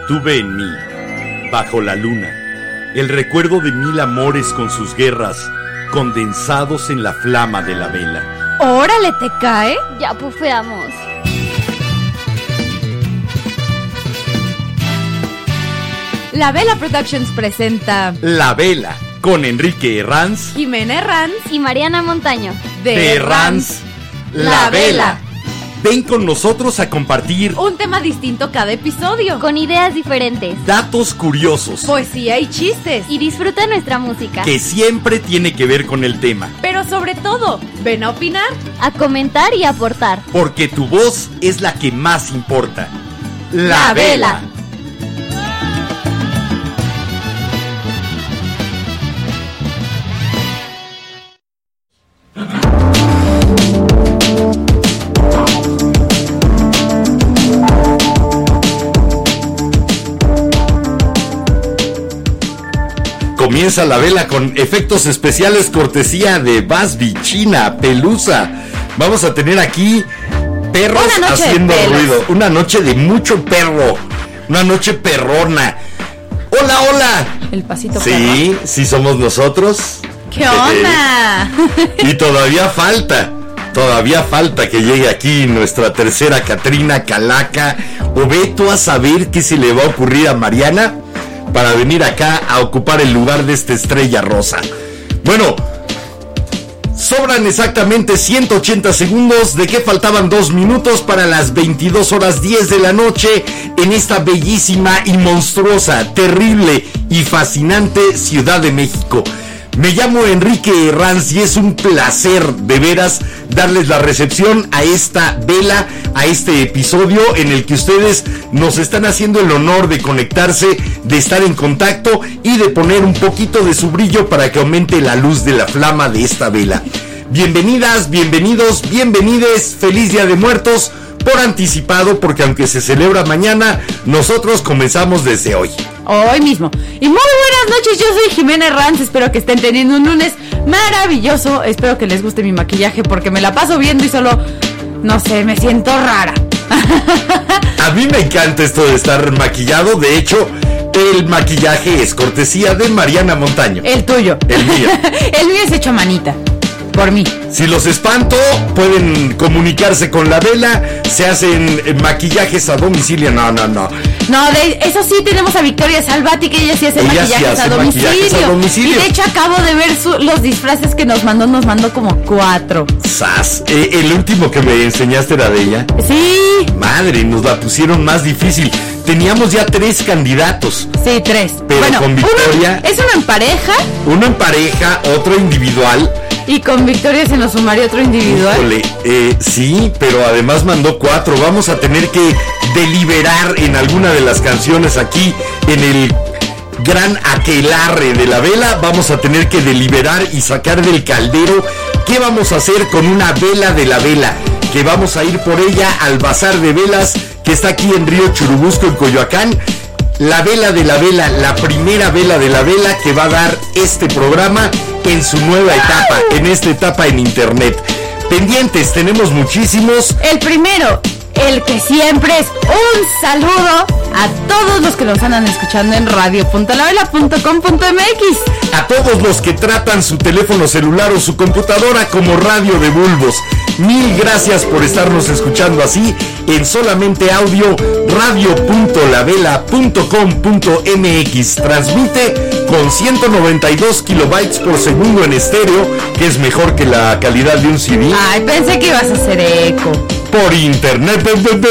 Tuve en mí, bajo la luna, el recuerdo de 1000 amores con sus guerras, condensados en la flama de la vela. ¡Órale, te cae! Ya pufeamos. La Vela Productions presenta La Vela, con Enrique Herranz, Jimena Herranz y Mariana Montaño. de Herranz, La Vela. Ven con nosotros a compartir Un tema distinto cada episodio, Con ideas diferentes. datos curiosos poesía y chistes. Y disfruta nuestra música. que siempre tiene que ver con el tema, Pero sobre todo, ven a opinar. A comentar y aportar. porque tu voz es la que más importa. La Vela. Comienza La Vela con efectos especiales cortesía de Basby, China, Pelusa. Vamos a tener aquí perros Una noche de haciendo pelos. ruido. Una noche de mucho perro. Una noche perrona. ¡Hola, hola! El pasito Sí, sí somos nosotros. perro. ¿Qué onda? Y todavía falta que llegue aquí nuestra tercera Catrina Calaca. O ve tú a saber qué se le va a ocurrir a Mariana para venir acá a ocupar el lugar de esta estrella rosa. Bueno, sobran exactamente 180 segundos de que faltaban 2 minutos para las 22:10 de la noche en esta bellísima y monstruosa, terrible y fascinante Ciudad de México. Me llamo Enrique Herranz y es un placer de veras darles la recepción a esta vela, a este episodio en el que ustedes nos están haciendo el honor de conectarse, de estar en contacto y de poner un poquito de su brillo para que aumente la luz de la flama de esta vela. Bienvenidas, bienvenidos, bienvenides, feliz Día de Muertos por anticipado, porque aunque se celebra mañana, nosotros comenzamos desde hoy. Hoy mismo. Y muy buenas noches, yo soy Jimena Herranz. Espero que estén teniendo un lunes maravilloso. Espero que les guste mi maquillaje porque me la paso viendo y solo, no sé, me siento rara. A mí me encanta esto de estar maquillado. De hecho, el maquillaje es cortesía de Mariana Montaño. El tuyo. El mío. El mío es hecho a manita. Por mí. Si los espanto, pueden comunicarse con la vela. Se hacen maquillajes a domicilio. No. No, eso sí, tenemos a Victoria Salvati, que ella sí hace Ella sí maquillajes, hace a maquillajes a domicilio. Y de hecho acabo de ver los disfraces que nos mandó como 4. ¡Sas! El último que me enseñaste era de ella. Sí, Madre, nos la pusieron más difícil. Teníamos ya 3 candidatos. sí, 3. Pero con Victoria- Es uno en pareja Uno en pareja, otro individual. y con Victoria se nos sumaría otro individual. Híjole, sí, pero además mandó 4. Vamos a tener que deliberar en alguna de las canciones aquí en el gran aquelarre de la vela. Vamos a tener que deliberar y sacar del caldero qué vamos a hacer con una vela de la vela, que vamos a ir por ella al bazar de velas que está aquí en Río Churubusco, en Coyoacán. La vela de la vela, la primera vela de la vela que va a dar este programa en su nueva etapa, en esta etapa en internet. Pendientes, tenemos muchísimos. El primero, el que siempre es un saludo a todos los que nos andan escuchando en radio.lavela.com.mx. A todos los que tratan su teléfono celular o su computadora como radio de bulbos. Mil gracias por estarnos escuchando así en solamente audio, radio.lavela.com.mx. Transmite con 192 kilobytes por segundo en estéreo, que es mejor que la calidad de un CD. Ay, pensé que ibas a hacer eco. Por internet.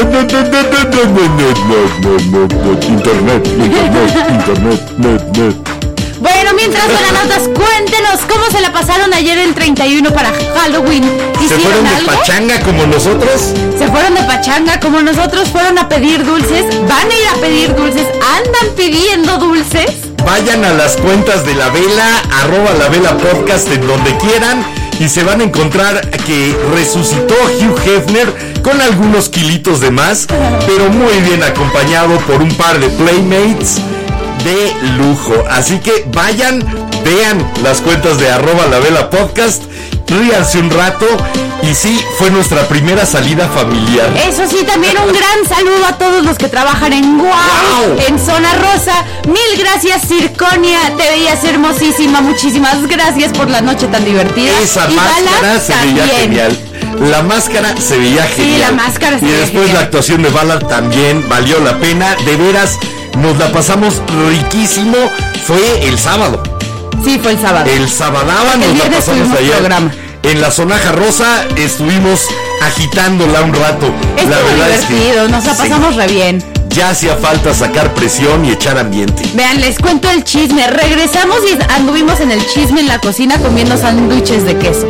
Internet. Bueno, mientras notas, cuéntenos cómo se la pasaron ayer el 31 para Halloween. ¿Se ¿Hicieron fueron de algo? pachanga como nosotros? Se fueron de pachanga como nosotros, fueron a pedir dulces, van a ir a pedir dulces, andan pidiendo dulces. Vayan a las cuentas de La Vela, @LaVelaPodcast, en donde quieran, y se van a encontrar que resucitó Hugh Hefner con algunos kilitos de más, pero muy bien acompañado por un par de Playmates de lujo. Así que vayan, vean las cuentas de @LaVelaPodcast ríanse un rato. Y sí, fue nuestra primera salida familiar. Eso sí, también un gran saludo a todos los que trabajan en Guau, en Zona Rosa. Mil gracias, Circonia, te veías hermosísima, muchísimas gracias por la noche tan divertida. Esa y máscara Ballard se veía genial. La máscara se veía genial. Sí, la máscara se veía veía después genial. La actuación de Ballard también valió la pena. De veras, nos la pasamos riquísimo. Fue el sábado. Sí, fue el sábado. El sabadaba nos la pasamos ayer. Programa. En la Sonaja Rosa estuvimos agitándola un rato. Estuvo la verdad divertido, es que nos la pasamos re bien. Ya hacía falta sacar presión y echar ambiente. Vean, les cuento el chisme. Regresamos y anduvimos en el chisme en la cocina comiendo sándwiches de queso.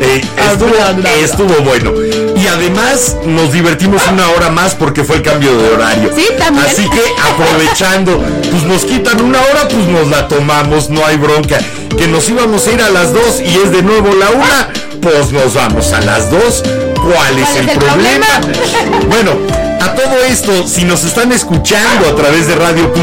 Estuvo bueno. Y además nos divertimos una hora más porque fue el cambio de horario. Sí, también. Así que aprovechando, pues nos quitan una hora, pues nos la tomamos, no hay bronca. Que nos íbamos a ir a las 2 y es de nuevo la 1, pues nos vamos a las 2. ¿Cuál es el problema? Bueno, a todo esto, si nos están escuchando a través de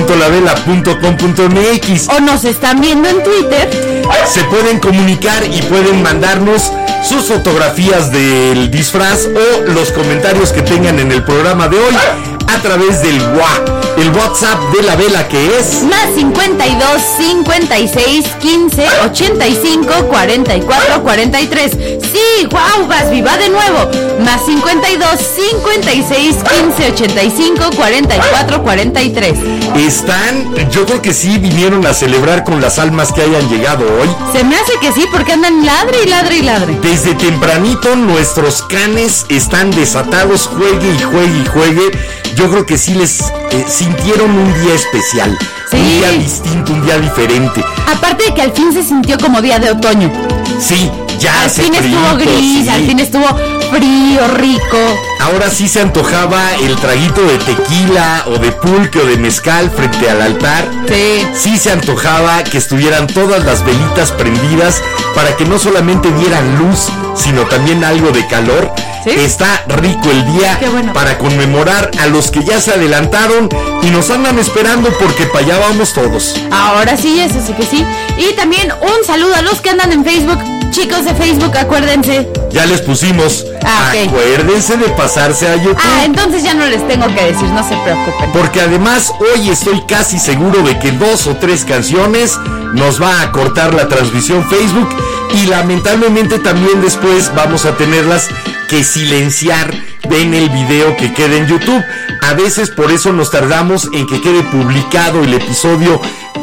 radio.lavela.com.mx o nos están viendo en Twitter, se pueden comunicar y pueden mandarnos sus fotografías del disfraz o los comentarios que tengan en el programa de hoy a través del el WhatsApp de la vela, que es más 52 56 15 85 44 43. Sí, wow, Gasby, va de nuevo. Más 52 56 15 85 44 43. Yo creo que sí vinieron a celebrar con las almas que hayan llegado hoy. Se me hace que sí, porque andan ladre y ladre y ladre. Desde tempranito nuestros canes están desatados, juegue y juegue y juegue. Yo creo que sí les sintieron un día especial, sí. Un día distinto, un día diferente. Aparte de que al fin se sintió como día de otoño. Sí, ya al fin estuvo gris, sí. Al fin estuvo frío, rico. Ahora sí se antojaba el traguito de tequila o de pulque o de mezcal frente al altar. Sí. Sí se antojaba que estuvieran todas las velitas prendidas para que no solamente dieran luz, sino también algo de calor. ¿Sí? Está rico el día, bueno, para conmemorar a los que ya se adelantaron y nos andan esperando porque para allá vamos todos. Ahora sí, eso sí que sí. Y también un saludo a los que andan en Facebook. Chicos de Facebook, acuérdense. Ya les pusimos. Okay. Acuérdense de pasarse a YouTube. Entonces ya no les tengo que decir, no se preocupen. Porque además hoy estoy casi seguro de que 2 o 3 canciones nos va a cortar la transmisión Facebook y lamentablemente también después vamos a tenerlas que silenciar en el video que quede en YouTube. A veces por eso nos tardamos en que quede publicado el episodio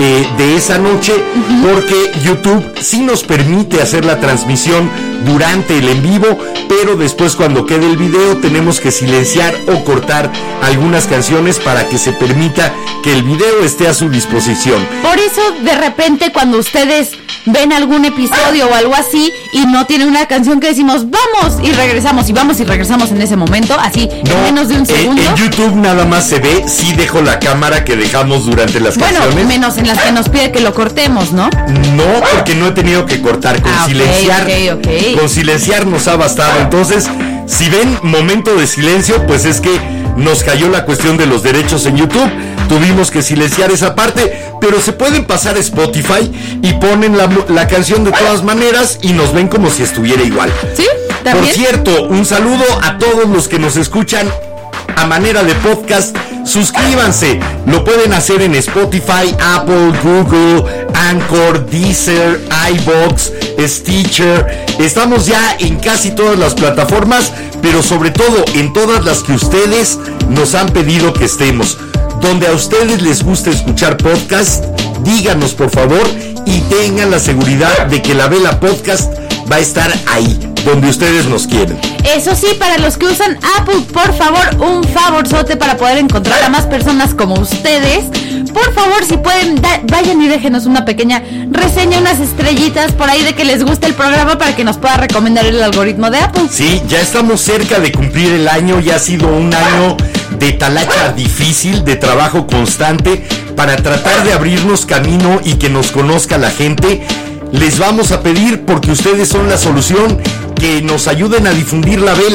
de esa noche, porque YouTube sí nos permite hacer la transmisión durante el en vivo, pero después cuando quede el video tenemos que silenciar o cortar algunas canciones para que se permita que el video esté a su disposición. Por eso de repente cuando ustedes ven algún episodio o algo así y no tiene una canción que decimos vamos y regresamos y vamos y regresamos en ese momento, así no, en menos de un segundo. En YouTube nada más se ve, sí dejo la cámara que dejamos durante las canciones. Bueno, menos en las que nos pide que lo cortemos, ¿no? No, porque no he tenido que cortar, con silenciar. Okay. Con silenciar nos ha bastado. Entonces, si ven momento de silencio, pues es que nos cayó la cuestión de los derechos en YouTube. Tuvimos que silenciar esa parte, pero se pueden pasar a Spotify y ponen la canción de todas maneras y nos ven como si estuviera igual. Sí, también. Por cierto, un saludo a todos los que nos escuchan a manera de podcast. Suscríbanse, lo pueden hacer en Spotify, Apple, Google, Anchor, Deezer, iVoox, Stitcher. Estamos ya en casi todas las plataformas, pero sobre todo en todas las que ustedes nos han pedido que estemos. Donde a ustedes les gusta escuchar podcast, díganos por favor y tengan la seguridad de que la Vela Podcast va a estar ahí, donde ustedes nos quieren. Eso sí, para los que usan Apple, por favor, un favorzote para poder encontrar a más personas como ustedes. Por favor, si pueden, vayan y déjenos una pequeña reseña, unas estrellitas por ahí de que les guste el programa para que nos pueda recomendar el algoritmo de Apple. Sí, ya estamos cerca de cumplir el año, ya ha sido un año de talacha difícil, de trabajo constante, para tratar de abrirnos camino y que nos conozca la gente. Les vamos a pedir, porque ustedes son la solución, que nos ayuden a difundir la vela,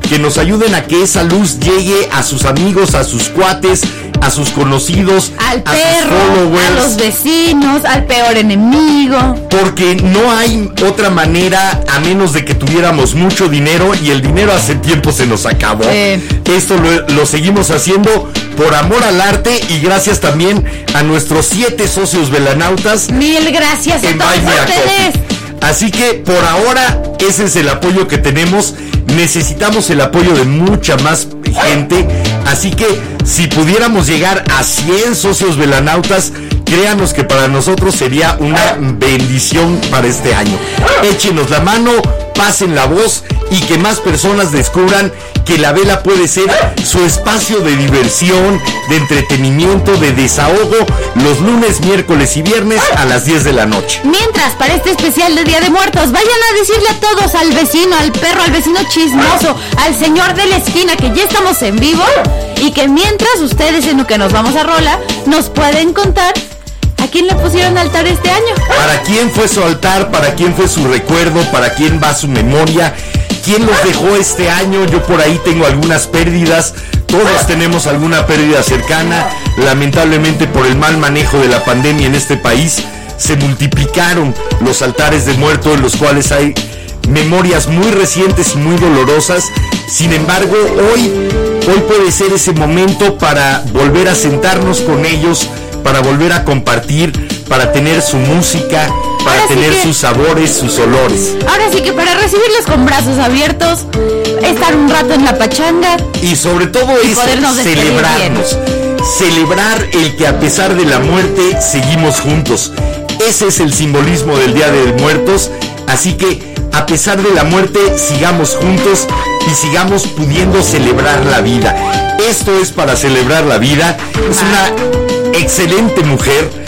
que nos ayuden a que esa luz llegue a sus amigos, a sus cuates, a sus conocidos, al a perro, sus followers, a los vecinos, al peor enemigo. porque no hay otra manera a menos de que tuviéramos mucho dinero, y el dinero hace tiempo se nos acabó. Esto lo seguimos haciendo por amor al arte, y gracias también a nuestros 7 socios velanautas. Mil gracias a todos ustedes. Así que por ahora ese es el apoyo que tenemos. Necesitamos el apoyo de mucha más gente, así que si pudiéramos llegar a 100 socios velanautas, créanos que para nosotros sería una bendición para este año. Échenos la mano, pasen la voz, y que más personas descubran que la vela puede ser su espacio de diversión, de entretenimiento, de desahogo, los lunes, miércoles y viernes a las 10 de la noche. Mientras, para este especial de Día de Muertos, vayan a decirle a todos, al vecino, al perro, al vecino chismoso, al señor de la esquina, que ya estamos en vivo, y que mientras ustedes, en lo que nos vamos a rola, nos pueden contar ¿a quién le pusieron altar este año? ¿Para quién fue su altar? ¿Para quién fue su recuerdo? ¿Para quién va su memoria? ¿Quién los dejó este año? Yo por ahí tengo algunas pérdidas. Todos tenemos alguna pérdida cercana. Lamentablemente, por el mal manejo de la pandemia en este país, se multiplicaron los altares de muertos, en los cuales hay memorias muy recientes y muy dolorosas. Sin embargo, hoy puede ser ese momento para volver a sentarnos con ellos, para volver a compartir, para tener su música, para tener sus sabores, sus olores. Ahora sí que para recibirlos con brazos abiertos, estar un rato en la pachanga. Y sobre todo eso, celebrarnos. Celebrar el que a pesar de la muerte seguimos juntos. Ese es el simbolismo del Día de Muertos. Así que a pesar de la muerte sigamos juntos y sigamos pudiendo celebrar la vida. Esto es para celebrar la vida. Es una excelente mujer.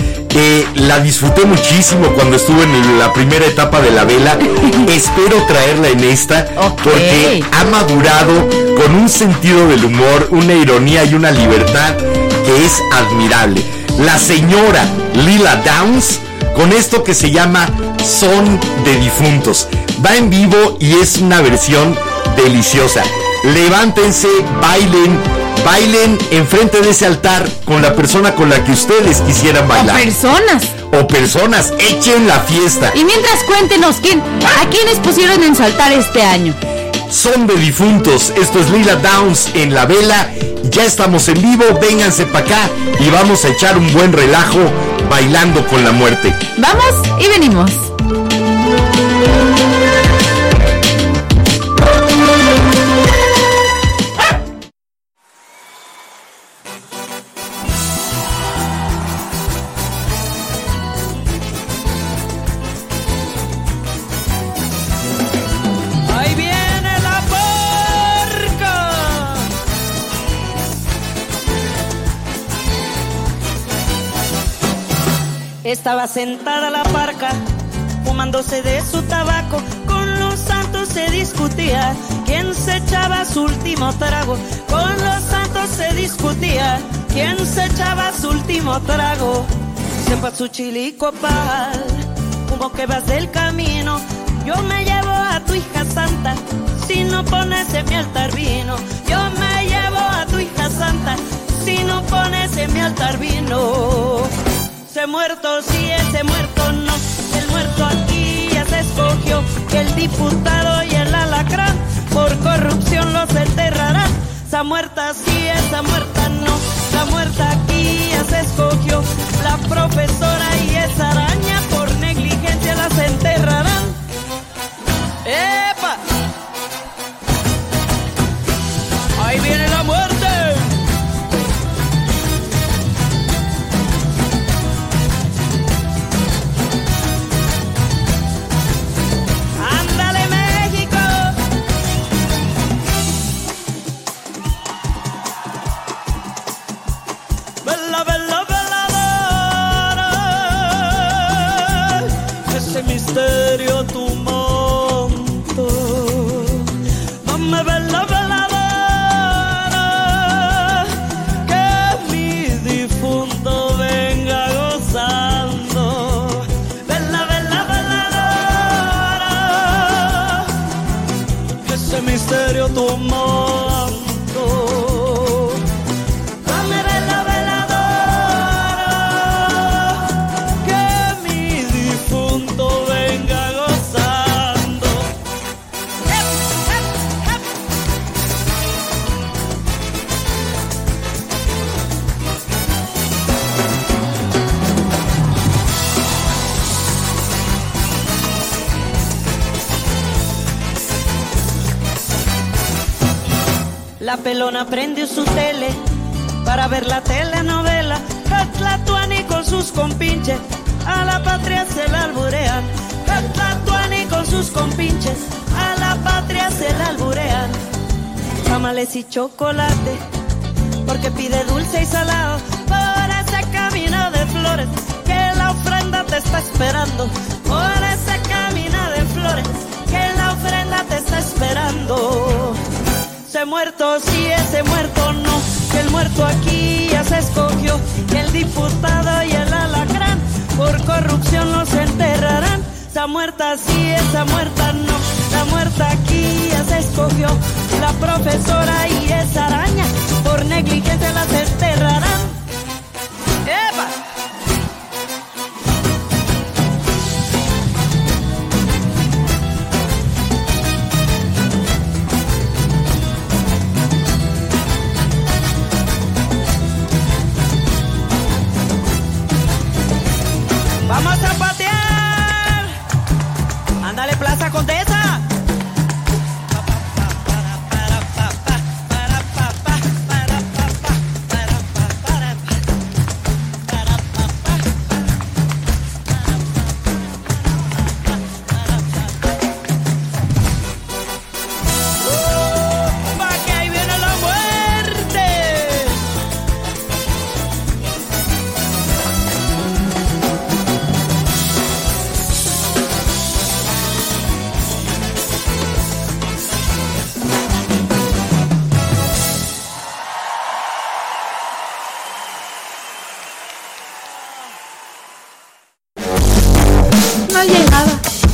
La disfruté muchísimo cuando estuve en la primera etapa de la vela. Espero traerla en esta, porque ha madurado con un sentido del humor, una ironía y una libertad que es admirable. La señora Lila Downs, con esto que se llama Son de Difuntos, va en vivo y es una versión deliciosa. Levántense, bailen enfrente de ese altar con la persona con la que ustedes quisieran bailar. O personas, echen la fiesta. Y mientras, cuéntenos, ¿a quiénes pusieron en su altar este año? Son de Difuntos, esto es Lila Downs en la vela. Ya estamos en vivo, vénganse para acá y vamos a echar un buen relajo bailando con la muerte. Vamos y venimos. Estaba sentada la parca, fumándose de su tabaco. Con los santos se discutía quién se echaba su último trago. Con los santos se discutía quién se echaba su último trago. Siempre su chilicopal, humo que vas del camino. Yo me llevo a tu hija santa, si no pones en mi altar vino. Yo me llevo a tu hija santa, si no pones en mi altar vino. Ese muerto sí, ese muerto no. El muerto aquí ya se escogió, que el diputado y el alacrán por corrupción los enterrarán. Esa muerta sí, esa muerta no. La muerta aquí ya se escogió, la profesora y esa araña por negligencia las enterrarán. ¡Epa! Ahí viene la muerte. ese misterio tu manto. Dame vela, veladora, que mi difunto venga gozando. La pelona prendió su tele para ver la telenovela. El Tlatuani con sus compinches a la patria se la alburean. El Tlatuani con sus compinches a la patria se la alburean. Tamales y chocolate, porque pide dulce y salado por ese camino de flores que la ofrenda te está esperando. Por ese camino de flores que la ofrenda te está esperando. Ese muerto sí, ese muerto no, que el muerto aquí ya se escogió, que el diputado y el alacrán por corrupción los enterrarán. Esa muerta sí, esa muerta no, la muerta aquí ya se escogió, la profesora y esa araña por negligencia las enterrarán. ¡Epa! ¡Vamos a patear! ¡Ándale, Plaza Condesa! ¡Pa' que ahí viene la muerte! No llegaba.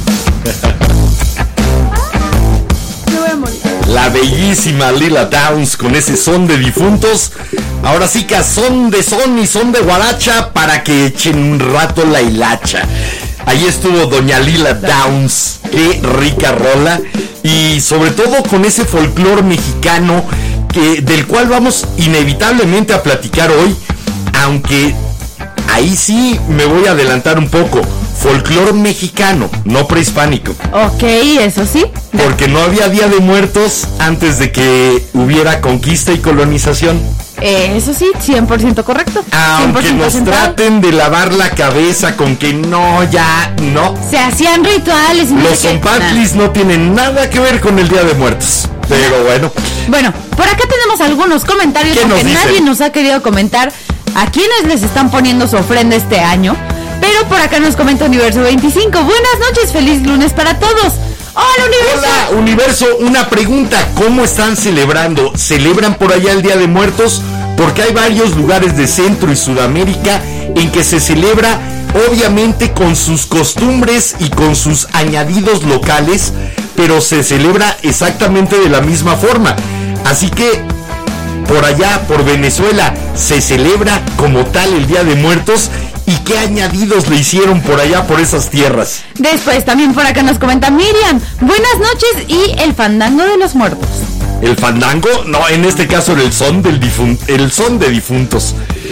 Me voy a morir. La bellísima Lila Downs con ese son de difuntos. Ahora sí que a son y son de guaracha para que echen un rato la hilacha. Ahí estuvo doña Lila Downs. Qué rica rola. Y sobre todo con ese folclor mexicano del cual vamos inevitablemente a platicar hoy. Aunque ahí sí me voy a adelantar un poco. Folclor mexicano, no prehispánico. Ok, eso sí. Porque no había Día de Muertos antes de que hubiera conquista y colonización. Eso sí, 100% correcto. Aunque 100% nos sentado. traten de lavar la cabeza con que no, ya, no. Se hacían rituales y no Los sé qué. zompantlis no tienen nada que ver con el Día de Muertos. Pero bueno, Bueno, por acá tenemos algunos comentarios ¿Qué porque nos dicen? nadie nos ha querido comentar a quienes les están poniendo su ofrenda este año. Pero por acá nos comenta Universo 25. Buenas noches, feliz lunes para todos. Hola, Universo. hola Universo, una pregunta, ¿cómo están celebrando? ¿Celebran por allá el Día de Muertos? Porque hay varios lugares de Centro y Sudamérica en que se celebra obviamente con sus costumbres y con sus añadidos locales, pero se celebra exactamente de la misma forma. Así que por allá, por Venezuela, se celebra como tal el Día de Muertos. ¿Y qué añadidos le hicieron por allá, por esas tierras? Después también por acá nos comenta Miriam. Buenas noches y el fandango de los muertos. ¿El fandango? No, en este caso era el son de difuntos.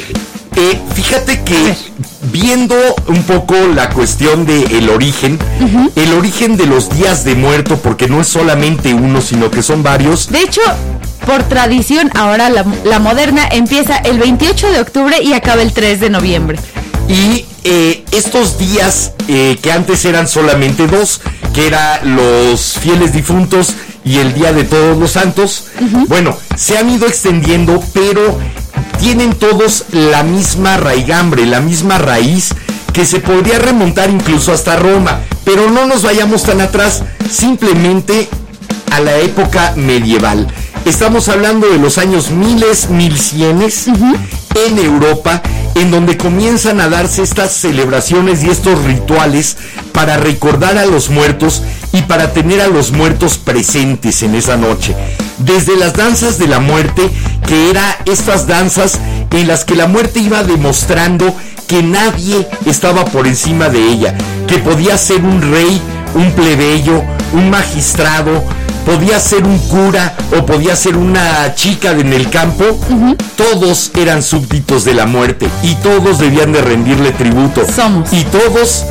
Fíjate que viendo un poco la cuestión del origen, el origen de los días de muerto, porque no es solamente uno, sino que son varios. De hecho, por tradición, ahora la moderna empieza el 28 de octubre y acaba el 3 de noviembre. Y estos días que antes eran solamente dos, que eran los fieles difuntos y el Día de Todos los Santos, bueno, se han ido extendiendo, pero tienen todos la misma raigambre, la misma raíz, que se podría remontar incluso hasta Roma. Pero no nos vayamos tan atrás, simplemente a la época medieval. Estamos hablando de los años 1100 en Europa, en donde comienzan a darse estas celebraciones y estos rituales para recordar a los muertos y para tener a los muertos presentes en esa noche. Desde las danzas de la muerte, que eran estas danzas en las que la muerte iba demostrando que nadie estaba por encima de ella, que podía ser un rey, un plebeyo, un magistrado, podía ser un cura o podía ser una chica en el campo. Todos eran súbditos de la muerte y todos debían de rendirle tributo. Somos. Y todos,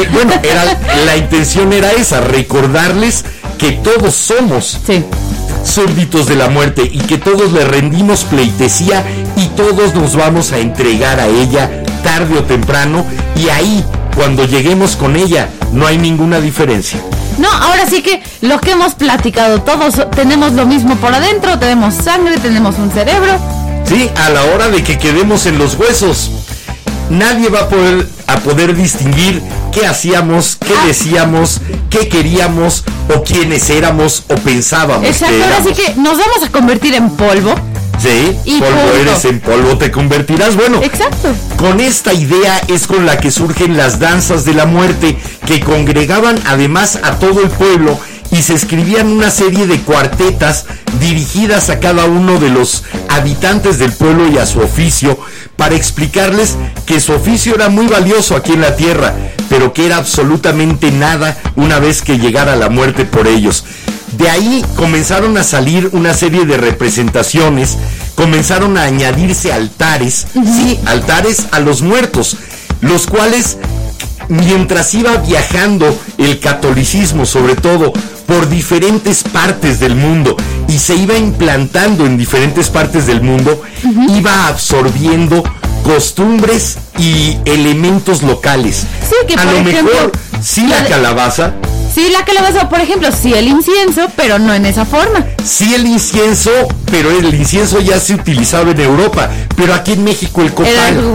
la intención era esa, recordarles que todos somos súbditos de la muerte y que todos le rendimos pleitesía y todos nos vamos a entregar a ella tarde o temprano, y ahí, cuando lleguemos con ella, no hay ninguna diferencia. No, ahora sí que lo que hemos platicado, todos tenemos lo mismo por adentro, tenemos sangre, tenemos un cerebro. Sí, a la hora de que quedemos en los huesos, nadie va a poder distinguir qué hacíamos, qué decíamos, qué queríamos, o quiénes éramos, o pensábamos. Exacto, que ahora éramos. sí que nos vamos a convertir en polvo. Sí, Y polvo punto. eres, en polvo te convertirás. Bueno, Exacto. con esta idea es con la que surgen las danzas de la muerte, que congregaban además a todo el pueblo, y se escribían una serie de cuartetas dirigidas a cada uno de los habitantes del pueblo y a su oficio, para explicarles que su oficio era muy valioso aquí en la tierra, pero que era absolutamente nada una vez que llegara la muerte por ellos. De ahí comenzaron a salir una serie de representaciones, comenzaron a añadirse altares, sí, altares a los muertos, los cuales, mientras iba viajando el catolicismo, sobre todo, por diferentes partes del mundo, y se iba implantando en diferentes partes del mundo, iba absorbiendo costumbres y elementos locales. Sí, que a por lo ejemplo, mejor, sí, la calabaza. Sí, la calabaza, por ejemplo, sí el incienso, pero no en esa forma. Sí el incienso, pero el incienso ya se utilizaba en Europa, pero aquí en México el copal.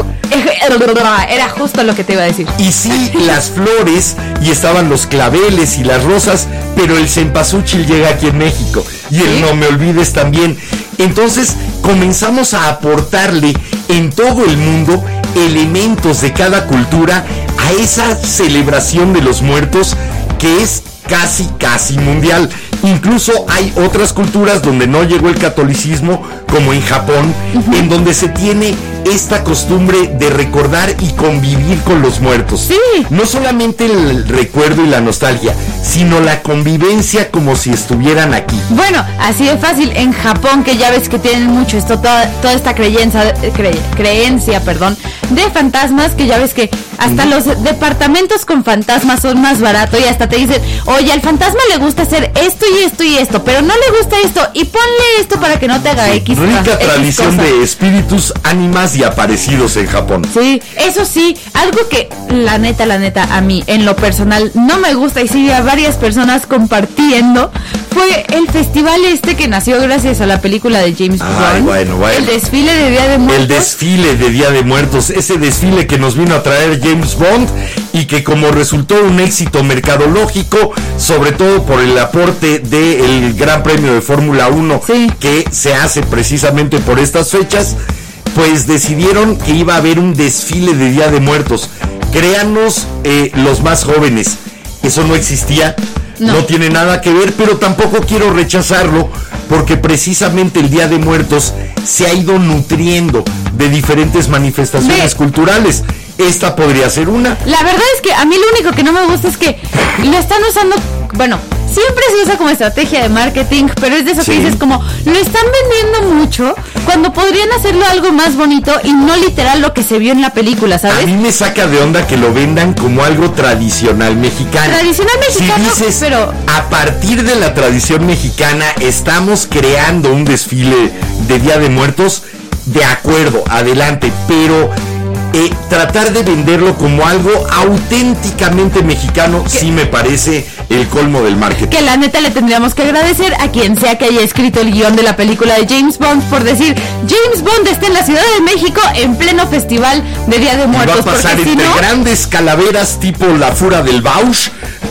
Era justo lo que te iba a decir. Y sí las flores, y estaban los claveles y las rosas, pero el cempasúchil llega aquí en México, y el ¿Sí? no me olvides también. Entonces comenzamos a aportarle en todo el mundo elementos de cada cultura a esa celebración de los muertos, que es casi mundial. Incluso hay otras culturas donde no llegó el catolicismo, como en Japón, en donde se tiene esta costumbre de recordar y convivir con los muertos. Sí. No solamente el recuerdo y la nostalgia, sino la convivencia como si estuvieran aquí. Bueno, así de fácil. En Japón, que ya ves que tienen mucho esto, toda esta creencia, de fantasmas, que ya ves que hasta los departamentos con fantasmas son más baratos, y hasta te dicen, oye, al fantasma le gusta hacer esto y esto y esto, pero no le gusta esto, y ponle esto para que no te haga X. Rica X tradición cosa. de espíritus, ánimas y aparecidos en Japón. Sí, eso sí, algo que la neta, a mí, en lo personal, no me gusta, y sí a varias personas compartiendo, fue el festival que nació gracias a la película de James Ay, Bond. bueno. El desfile de Día de Muertos. El desfile de Día de Muertos, ese desfile que nos vino a traer James Bond, y que como resultó un éxito mercadológico, sobre todo por el aporte del Gran Premio de Fórmula 1, Sí. que se hace precisamente por estas fechas, pues decidieron que iba a haber un desfile de Día de Muertos. Créanos, los más jóvenes, eso no existía. No tiene nada que ver, pero tampoco quiero rechazarlo, porque precisamente el Día de Muertos se ha ido nutriendo de diferentes manifestaciones culturales. Esta podría ser una. La verdad es que a mí lo único que no me gusta es que lo están usando, bueno, siempre se usa como estrategia de marketing, pero es de eso Sí. que dices como, lo están vendiendo mucho, cuando podrían hacerlo algo más bonito y no literal lo que se vio en la película, A ¿sabes? mí me saca de onda que lo vendan como algo tradicional mexicano. Tradicional mexicano, si dices, pero... a partir de la tradición mexicana estamos creando un desfile de Día de Muertos, de acuerdo, adelante, pero tratar de venderlo como algo auténticamente mexicano sí me parece el colmo del marketing. Que la neta le tendríamos que agradecer a quien sea que haya escrito el guión de la película de James Bond por decir, James Bond está en la Ciudad de México en pleno festival de Día de Y Muertos. va a pasar porque si entre no, grandes calaveras tipo la Fura del Bausch,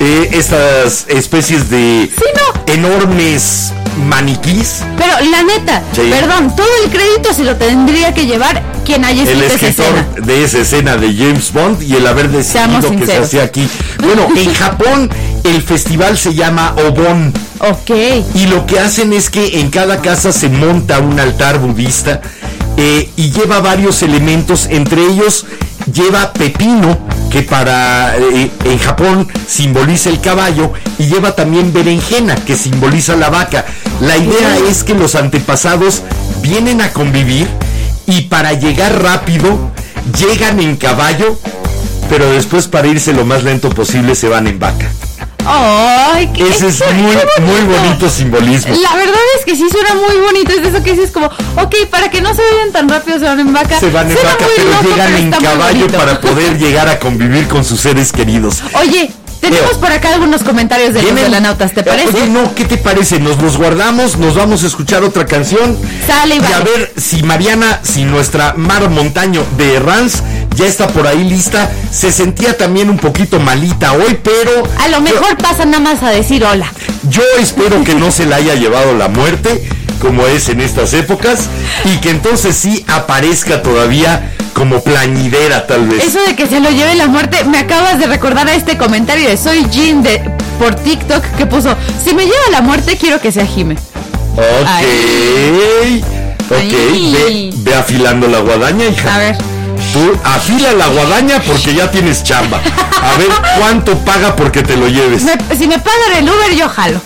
estas especies de Sí, no. enormes maniquís. pero la neta, Sí. perdón, todo el crédito se lo tendría que llevar quien haya El escrito esa escritor escena. de esa escena de James Bond y el haber decidido Seamos que se sinceros. hacía aquí. Bueno, en Japón El festival se llama Obon. Ok. Y lo que hacen es que en cada casa se monta un altar budista y lleva varios elementos, entre ellos lleva pepino, que en Japón simboliza el caballo, y lleva también berenjena, que simboliza la vaca. La idea es que los antepasados vienen a convivir y para llegar rápido llegan en caballo, pero después para irse lo más lento posible se van en vaca. ¡Ay! Ese es muy bonito simbolismo. La verdad es que sí suena muy bonito. Es de eso que dices como, ok, para que no se vayan tan rápido se van en vaca. Se van en suena vaca, muy pero loco, llegan pero en está muy caballo bonito. para poder llegar a convivir con sus seres queridos. Oye, tenemos por acá algunos comentarios de los velanautas, ¿te parece? Oye, no, ¿qué te parece? Nos los guardamos, nos vamos a escuchar otra canción. Sale y vale. a ver si Mariana, si nuestra Mar Montaño de Rans ya está por ahí lista. Se sentía también un poquito malita hoy, pero A lo mejor pasa nada más a decir hola. yo espero que no se la haya llevado la muerte, como es en estas épocas, y que entonces sí aparezca todavía como plañidera, tal vez. Eso de que se lo lleve la muerte, me acabas de recordar a este comentario de Soy Jean por TikTok que puso, si me lleva la muerte quiero que sea Jime. Ok. Ay. Ve afilando la guadaña, hija. A ver. Tú afila la guadaña porque ya tienes chamba. A ver cuánto paga porque te lo lleves. Si me pagan el Uber, yo jalo.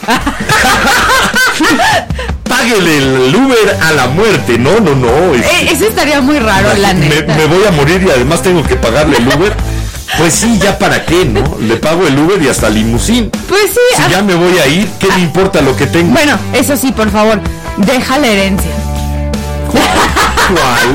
Páguele el Uber a la muerte. No. Eso estaría muy raro, la neta. Me voy a morir y además tengo que pagarle el Uber. Pues sí, ya para qué, ¿no? Le pago el Uber y hasta limusín. Pues sí. Si ya me voy a ir, ¿qué me importa lo que tengo? Bueno, eso sí, por favor, deja la herencia. ¿Cuál?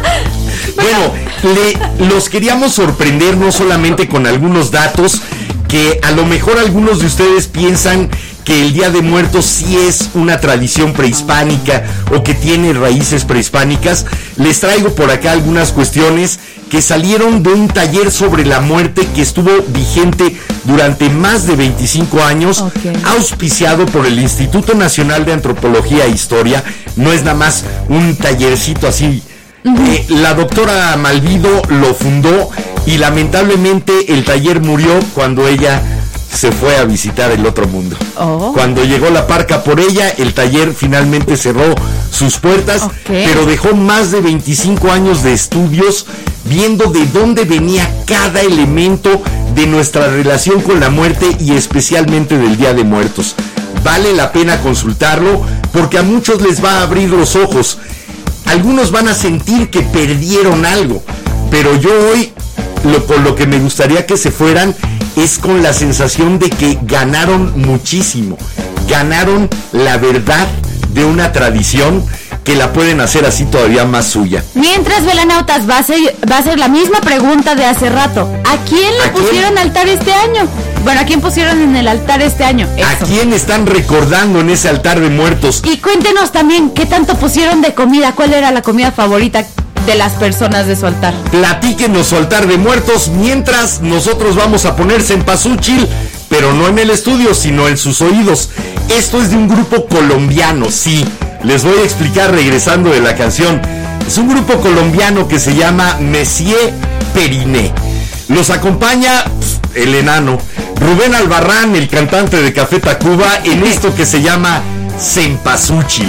Bueno, los queríamos sorprender no solamente con algunos datos que a lo mejor algunos de ustedes piensan que el Día de Muertos sí es una tradición prehispánica o que tiene raíces prehispánicas. Les traigo por acá algunas cuestiones que salieron de un taller sobre la muerte que estuvo vigente durante más de 25 años, auspiciado por el Instituto Nacional de Antropología e Historia. No es nada más un tallercito así. La doctora Malvido lo fundó y lamentablemente el taller murió cuando ella se fue a visitar el otro mundo. Cuando llegó la parca por ella, el taller finalmente cerró sus puertas, pero dejó más de 25 años de estudios viendo de dónde venía cada elemento de nuestra relación con la muerte y especialmente del Día de Muertos. Vale la pena consultarlo porque a muchos les va a abrir los ojos. Algunos van a sentir que perdieron algo, pero yo hoy con lo que me gustaría que se fueran es con la sensación de que ganaron muchísimo, ganaron la verdad de una tradición que la pueden hacer así todavía más suya. Mientras, velanautas, va a ser la misma pregunta de hace rato. ¿A quién le pusieron altar este año? Bueno, ¿a quién pusieron en el altar este año? Eso. ¿A quién están recordando en ese altar de muertos? Y cuéntenos también, ¿qué tanto pusieron de comida? ¿Cuál era la comida favorita de las personas de su altar? Platíquenos su altar de muertos mientras nosotros vamos a poner cempasúchil, pero no en el estudio, sino en sus oídos. Esto es de un grupo colombiano, sí. Les voy a explicar regresando de la canción. Es un grupo colombiano que se llama Messier Periné. Los acompaña el enano Rubén Albarrán, el cantante de Café Tacuba, en esto que se llama Cempasúchil.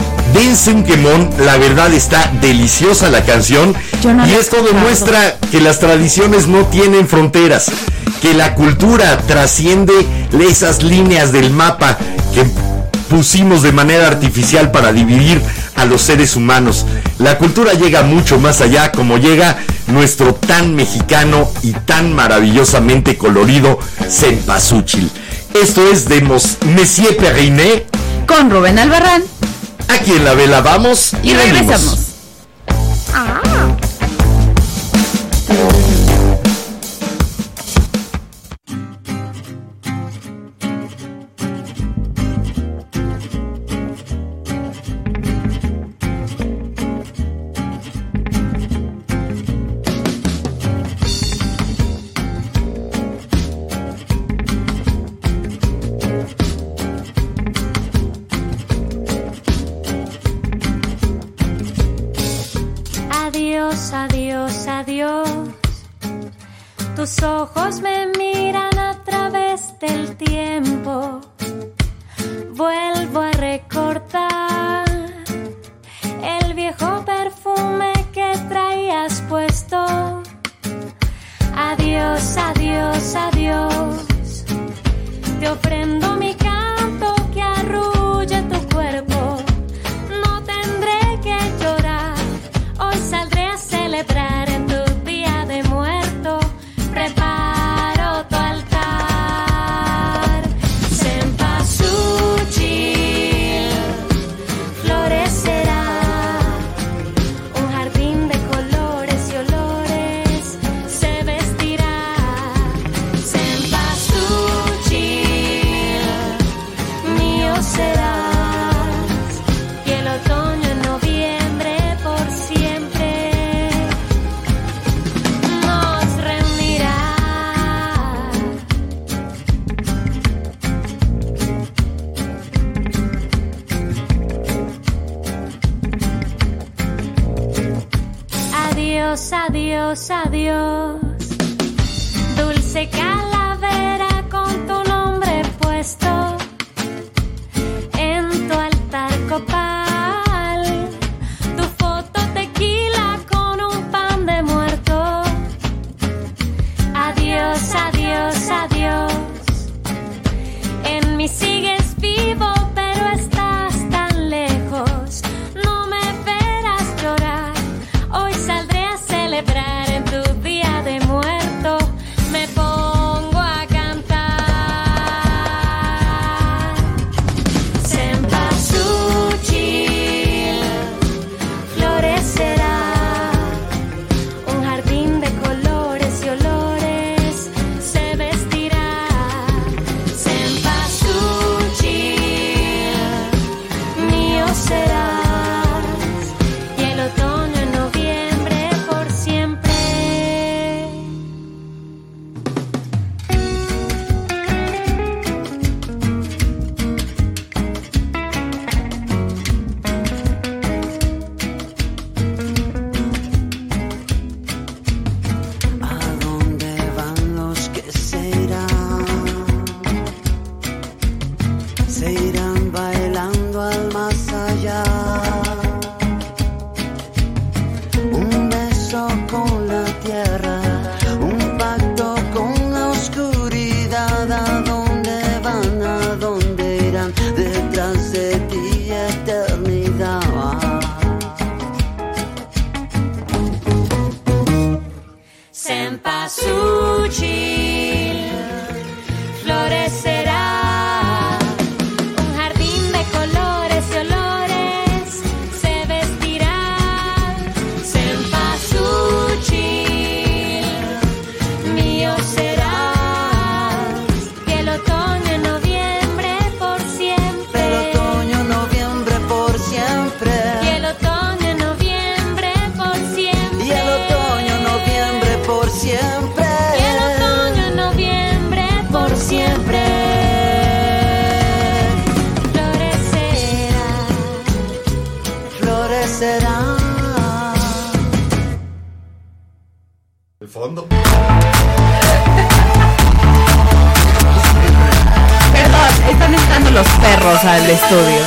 Dense un quemón, la verdad está deliciosa la canción y esto demuestra que las tradiciones no tienen fronteras, que la cultura trasciende esas líneas del mapa que pusimos de manera artificial para dividir a los seres humanos. La cultura llega mucho más allá, como llega nuestro tan mexicano y tan maravillosamente colorido Cempasúchil. Esto es de Messier Periné con Rubén Albarrán. Aquí en la vela vamos y regresamos. Adiós, adiós, adiós. Tus ojos me miran a través del tiempo. Vuelvo a recordar el viejo perfume que traías puesto. Adiós, adiós, adiós. Te ofrendo mi canto que arrulle tu cuerpo. No tendré que llorar. Hoy saldré a celebrar en tu día de muerto. Preparo tu altar. Cempasúchil florecerá. Un jardín de colores y olores se vestirá. Cempasúchil mío serás. Y el otoño en noviembre por siempre nos reunirá. Adiós, adiós, adiós. Dulce calavera con tu nombre puesto en tu altar copal. Tu foto tequila con un pan de muerto. Adiós, adiós, adiós. En mí sigues vivo, pero estás tan lejos. No me verás llorar. Hoy saldré a celebrar en tu día de muerto. Me pongo a cantar. Cempasúchil florecerá. Un jardín de colores y olores se vestirá. Cempasúchil mío serás. Y el otoño en noviembre por siempre. ¿A dónde van los que se irán? Se irán bailando al más allá. Un beso con la tierra, un pacto con la oscuridad. ¿A dónde van? ¿A dónde irán? Detrás de ti eternidad. Cempasúchil florecerá. Un jardín de colores y olores se vestirá. Cempasúchil mío serás. Y el otoño en noviembre por siempre. El otoño, noviembre por siempre. Y el otoño en noviembre por siempre. Y el otoño, noviembre por siempre. Y el otoño en noviembre por siempre. Florecerá. Florecerá. El fondo. Perdón, están entrando los perros al estudio.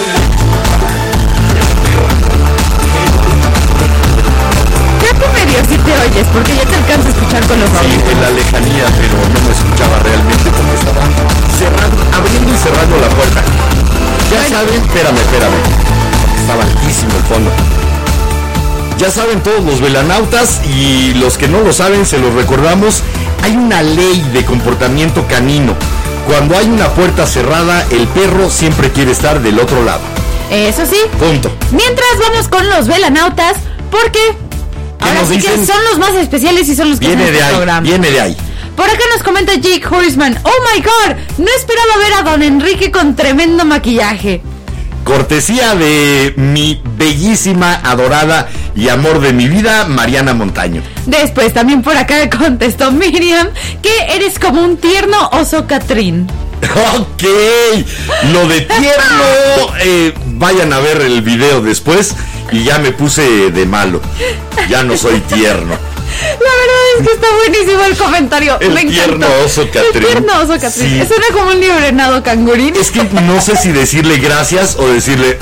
Creo que medio sí te oyes, porque ya te alcanzo a escuchar con los Sí, audífonos. en la lejanía, pero no me escuchaba realmente como estaba abriendo y cerrando la puerta. Ya saben, espérame. Estaba altísimo el fondo. Ya saben todos los velanautas y los que no lo saben se los recordamos. Hay una ley de comportamiento canino. Cuando hay una puerta cerrada, el perro siempre quiere estar del otro lado. Eso sí. Punto. Mientras vamos con los velanautas, porque ahora nos sí que dicen? son los más especiales y son los que Viene hacen de este ahí, programa. viene de ahí. Por acá nos comenta Jake Horseman. Oh my god, no esperaba ver a don Enrique con tremendo maquillaje. Cortesía de mi bellísima, adorada y amor de mi vida, Mariana Montaño. Después también por acá contestó Miriam que eres como un tierno oso Catrín. Ok, lo de tierno, vayan a ver el video después y ya me puse de malo. Ya no soy tierno. La verdad es que está buenísimo el comentario. El Me tierno encantó. oso Catrín. El tierno oso Catrín. Sí. Suena como un librenado cangurín. Es que no sé si decirle gracias o decirle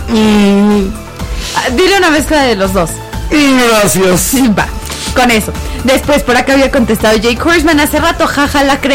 Dile una mezcla de los dos. gracias. Va, con eso. Después, por acá había contestado Jake Horseman hace rato, jaja, la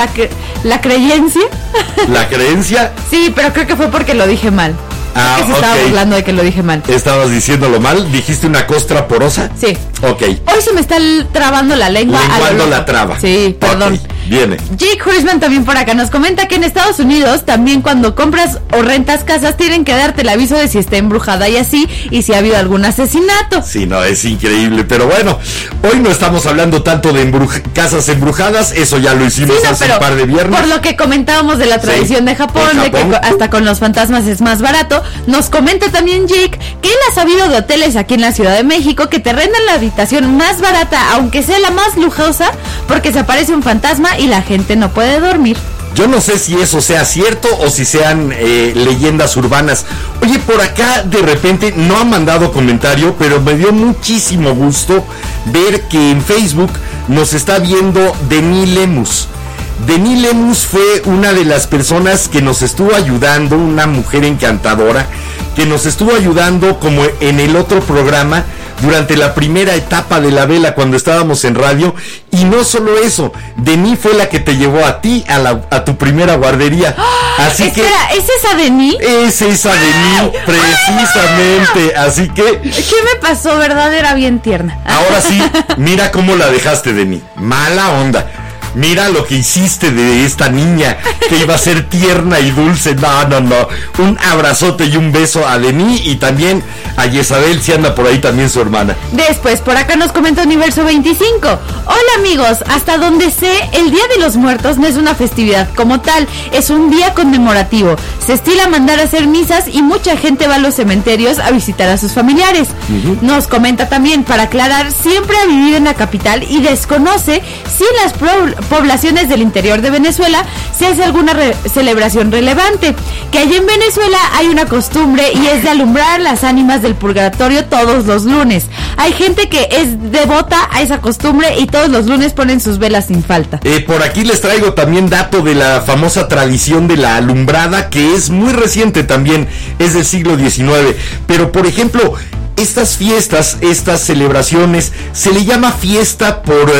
creencia. ¿La creencia? Sí, pero creo que fue porque lo dije mal. Ah, que se estaba ok. burlando de que lo dije mal. ¿Estabas diciéndolo mal? ¿Dijiste una costra porosa? Sí. Ok. Hoy se me está trabando la lengua. a lo Lenguando loco. la traba. Sí, perdón. Ok, viene. Jake Horseman también por acá nos comenta que en Estados Unidos también cuando compras o rentas casas tienen que darte el aviso de si está embrujada y así, y si ha habido algún asesinato. Sí, no, es increíble. Pero bueno, hoy no estamos hablando tanto de casas embrujadas. Eso ya lo hicimos Sí, no, hace pero un par de viernes. por lo que comentábamos de la tradición de Japón, en de que Japón. hasta con los fantasmas es más barato, nos comenta también Jake que él ha sabido de hoteles aquí en la Ciudad de México que te rentan la habitación más barata, aunque sea la más lujosa, porque se aparece un fantasma y la gente no puede dormir. Yo no sé si eso sea cierto o si sean leyendas urbanas. Oye, por acá de repente no han mandado comentario, pero me dio muchísimo gusto ver que en Facebook nos está viendo Denis Lemus. Denis Lemus fue una de las personas que nos estuvo ayudando, una mujer encantadora, que nos estuvo ayudando como en el otro programa durante la primera etapa de la vela cuando estábamos en radio. Y no solo eso, Denis fue la que te llevó a ti a tu primera guardería. Así Espera, ¿es esa Denis? que es esa Denis precisamente. Así que ¿Qué me pasó? ¿Verdad? Era bien tierna. ahora sí, mira cómo la dejaste, Denis. Mala onda. Mira lo que hiciste de esta niña que iba a ser tierna y dulce. No. Un abrazote y un beso a Denis y también a Yesabel, si anda por ahí también su hermana. Después, por acá nos comenta Universo 25. Hola amigos, hasta donde sé, el Día de los Muertos no es una festividad como tal, es un día conmemorativo. Se estila mandar a hacer misas y mucha gente va a los cementerios a visitar a sus familiares. Nos comenta también, para aclarar, siempre ha vivido en la capital y desconoce si en las poblaciones del interior de Venezuela se hace alguna celebración relevante. Que allí en Venezuela hay una costumbre y es de alumbrar las ánimas del purgatorio todos los lunes. Hay gente que es devota a esa costumbre y todos los lunes ponen sus velas sin falta. Por aquí les traigo también dato de la famosa tradición de la alumbrada, que es muy reciente también, es del siglo XIX. Pero por ejemplo, estas fiestas, estas celebraciones, se le llama fiesta por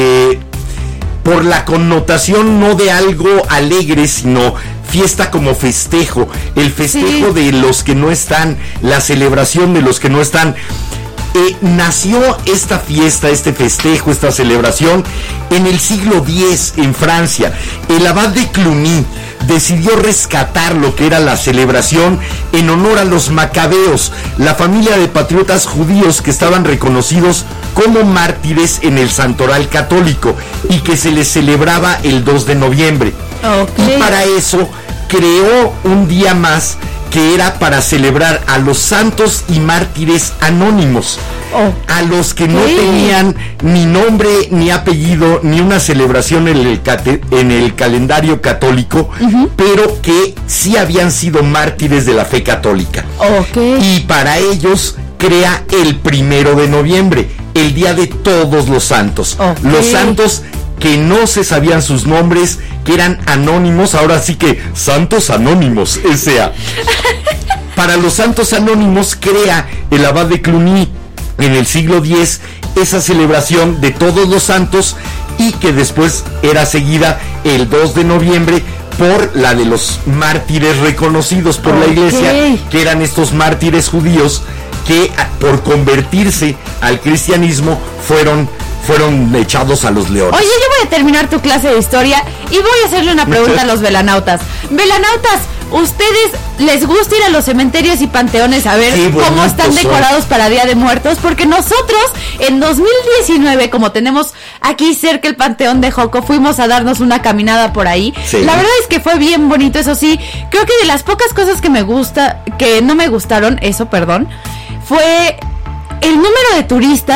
la connotación no de algo alegre, sino fiesta como festejo, el festejo de los que no están, la celebración de los que no están. Nació esta fiesta, este festejo, esta celebración en el siglo X en Francia. El abad de Cluny decidió rescatar lo que era la celebración en honor a los macabeos, la familia de patriotas judíos que estaban reconocidos como mártires en el santoral católico y que se les celebraba el 2 de noviembre. Y para eso creó un día más que era para celebrar a los santos y mártires anónimos, a los que no tenían ni nombre ni apellido ni una celebración en el calendario católico, pero que sí habían sido mártires de la fe católica. Y para ellos crea el 1 de noviembre, el día de todos los santos. Los santos que no se sabían sus nombres, que eran anónimos, ahora sí que santos anónimos, S.A. Para los santos anónimos crea el abad de Cluny en el siglo X esa celebración de todos los santos, y que después era seguida el 2 de noviembre por la de los mártires reconocidos por la iglesia, que eran estos mártires judíos que por convertirse al cristianismo fueron echados a los leones. Oye, yo voy a terminar tu clase de historia y voy a hacerle una pregunta a los velanautas. Velanautas, ¿ustedes les gusta ir a los cementerios y panteones a ver cómo están decorados para Día de Muertos? Porque nosotros en 2019, como tenemos aquí cerca el Panteón de Joco, fuimos a darnos una caminada por ahí. La verdad es que fue bien bonito, eso sí. Creo que de las pocas cosas que no me gustaron, fue el número de turistas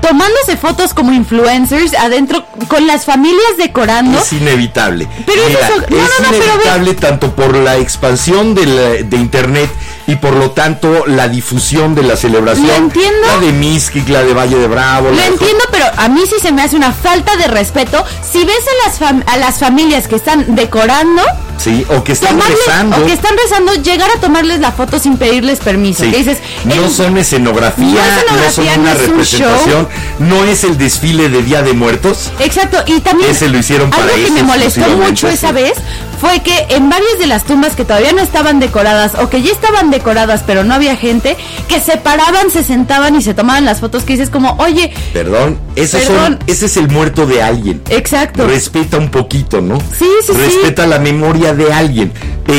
tomándose fotos como influencers adentro con las familias decorando. Es inevitable. Pero Mira, eso, es inevitable tanto por la expansión de internet y por lo tanto la difusión de la celebración. Lo entiendo. La de Mixquic, la de Valle de Bravo. Lo entiendo, pero a mí sí se me hace una falta de respeto si ves a las familias que están decorando. Sí, o que están rezando. O que están rezando, llegar a tomarles la foto sin pedirles permiso. Sí. Que dices, no son escenografía, no son una representación, no es el desfile de Día de Muertos. Exacto, y también ese lo hicieron para algo que eso me molestó mucho exclusivamente, esa vez fue que en varias de las tumbas que todavía no estaban decoradas o que ya estaban decoradas pero no había gente, que se paraban, se sentaban y se tomaban las fotos, que dices como, oye, Perdón, ese es el muerto de alguien. Exacto. Respeta un poquito, ¿no? Sí. Respeta la memoria de alguien.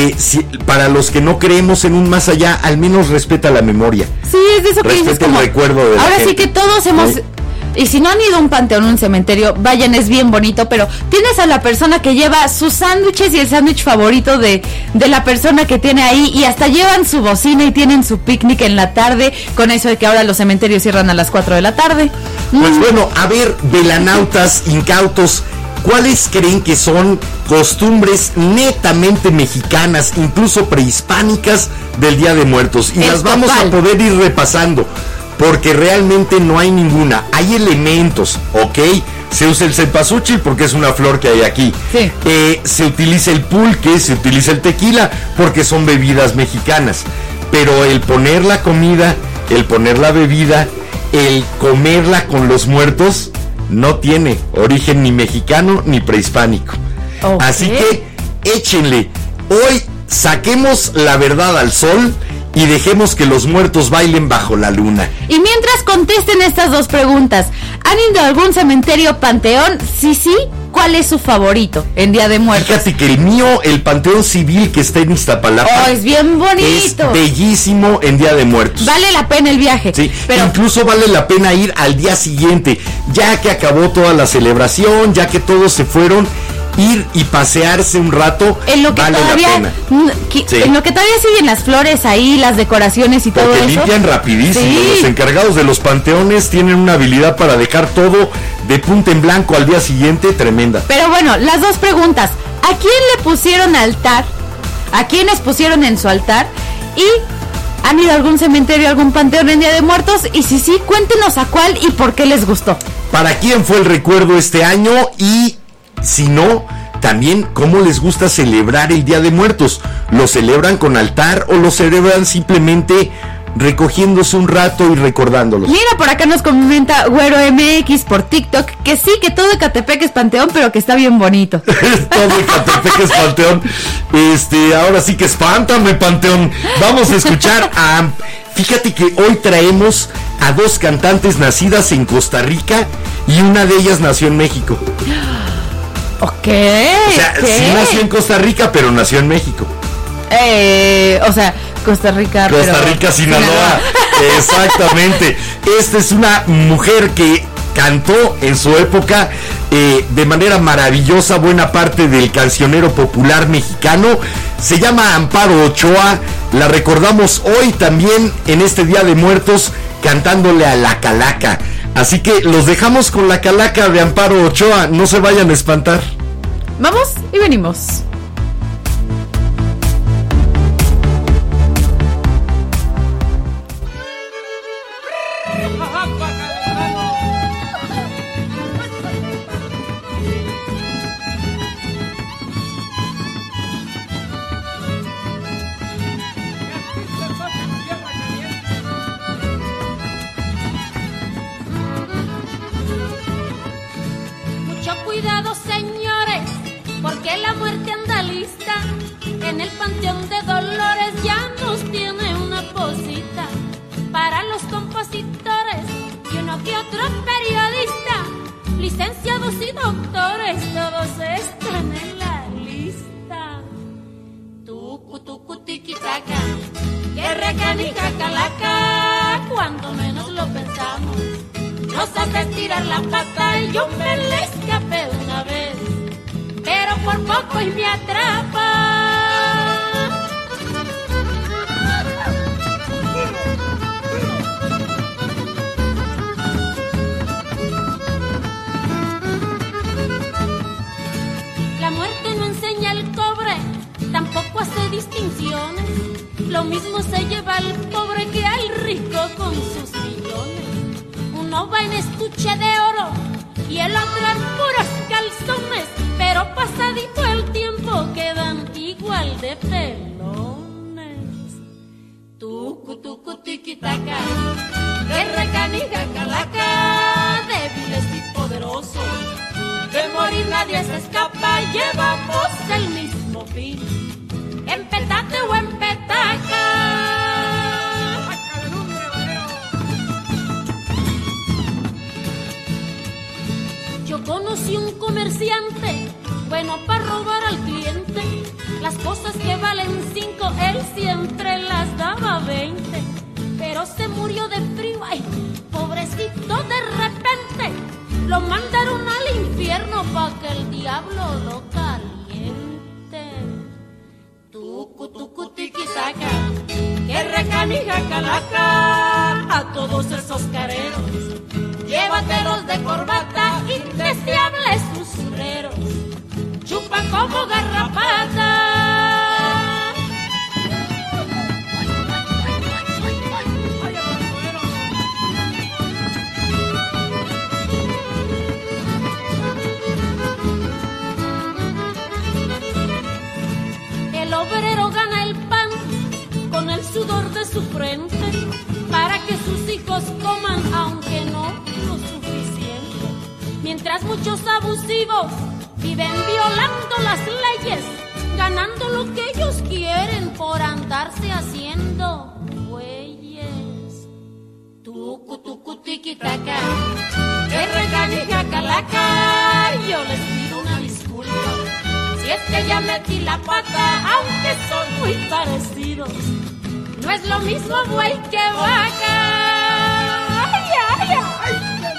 Para los que no creemos en un más allá, al menos respeta la memoria. Sí, es de eso que dices Respeta como, el recuerdo de la ahora sí gente. que todos hemos... ¿Sí? Y si no han ido a un panteón o un cementerio, vayan, es bien bonito, pero tienes a la persona que lleva sus sándwiches y el sándwich favorito de la persona que tiene ahí, y hasta llevan su bocina y tienen su picnic en la tarde, con eso de que ahora los cementerios cierran a las 4 de la tarde. Pues bueno, a ver, velanautas, incautos, ¿cuáles creen que son costumbres netamente mexicanas, incluso prehispánicas, del Día de Muertos? Y las vamos a poder ir repasando, porque realmente no hay ninguna. Hay elementos, ¿ok? Se usa el cempasúchil porque es una flor que hay aquí. Sí. Se utiliza el pulque, se utiliza el tequila porque son bebidas mexicanas. Pero el poner la comida, el poner la bebida, el comerla con los muertos, no tiene origen ni mexicano ni prehispánico. Okay. Así que échenle. Hoy saquemos la verdad al sol y dejemos que los muertos bailen bajo la luna. Y mientras contesten estas dos preguntas, ¿han ido a algún cementerio panteón? Sí, ¿cuál es su favorito en Día de Muertos? Fíjate que el mío, el Panteón Civil que está en Iztapalapa, Oh, es bien bonito. es bellísimo en Día de Muertos. Vale la pena el viaje. Sí, pero incluso vale la pena ir al día siguiente, ya que acabó toda la celebración, ya que todos se fueron, ir y pasearse un rato, en lo que vale todavía la pena. Sí. en lo que todavía siguen las flores ahí, las decoraciones y todo Porque eso. limpian rapidísimo. Sí. Los encargados de los panteones tienen una habilidad para dejar todo de punta en blanco al día siguiente, tremenda. Pero bueno, las dos preguntas. ¿A quién le pusieron altar? ¿A quiénes pusieron en su altar? ¿Y han ido a algún cementerio, algún panteón en Día de Muertos? Y si sí, cuéntenos a cuál y por qué les gustó. ¿Para quién fue el recuerdo este año? Y si no, también cómo les gusta celebrar el Día de Muertos. ¿Lo celebran con altar o lo celebran simplemente recogiéndose un rato y recordándolos? Mira, por acá nos comenta Güero MX por TikTok que sí, que todo Ecatepec es panteón, pero que está bien bonito. Todo Ecatepec es panteón. Ahora sí que espántame, panteón. Vamos a escuchar a... Fíjate que hoy traemos a dos cantantes nacidas en Costa Rica y una de ellas nació en México. Ok. O sea, sí nació en Costa Rica, pero nació en México. O sea, Costa Rica, Sinaloa. Exactamente. Esta es una mujer que cantó en su época de manera maravillosa buena parte del cancionero popular mexicano. Se llama Amparo Ochoa. La recordamos hoy también en este Día de Muertos cantándole a la calaca. Así que los dejamos con la calaca de Amparo Ochoa. No se vayan a espantar. Vamos y venimos. Mucho cuidado, señores, porque la muerte anda lista. En el Panteón de Dolores ya nos tiene una posita. Para los compositores y uno que otro periodista, licenciados y doctores, todos están en la lista. Tucu, tucu, tiquitaca, que recanica calaca, cuando menos lo pensamos. Nos hace estirar la pata y yo me le escapé una vez, pero por poco y me atrapa. estuche de oro y el otro en puros calzones, pero pasadito el tiempo quedan igual de pelones. Tucu, tucu, tiquitaca, que recanija calaca, débiles y poderosos, de morir nadie se escapa, llevamos el mismo fin, en petate o en petaca. Yo conocí un comerciante, bueno para robar al cliente, las cosas que valen 5, él siempre las daba 20, pero se murió de frío, ay, pobrecito, de repente lo mandaron al infierno pa' que el diablo lo caliente. Tucu, tucu, tiquitaca, que recanija calaca, a todos esos careros, llévatelos de corbata, indeseables usureros, chupan como garrapata. El obrero gana el pan con el sudor de su frente para que sus hijos coman, aunque no lo suficiente. Mientras muchos abusivos viven violando las leyes, ganando lo que ellos quieren por andarse haciendo güeyes. Tucu, tucu, tiquitaca, que recanija calaca, yo les pido una disculpa si es que ya metí la pata, aunque son muy parecidos. No es lo mismo buey que vaca. ¡Ay, ay, ay!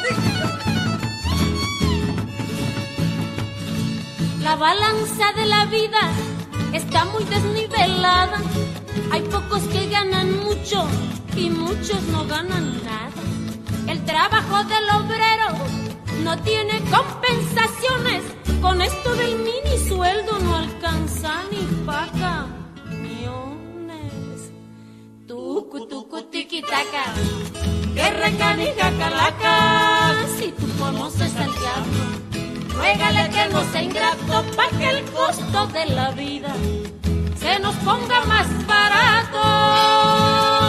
La balanza de la vida está muy desnivelada. Hay pocos que ganan mucho y muchos no ganan nada. El trabajo del obrero no tiene compensaciones. Con esto del mini sueldo no alcanza ni pa' camiones. Tucu, tucu, tiquitaca, que recanija calaca, si tú conoces al diablo, ruégale que no sea ingrato, pa' que el costo de la vida se nos ponga más barato.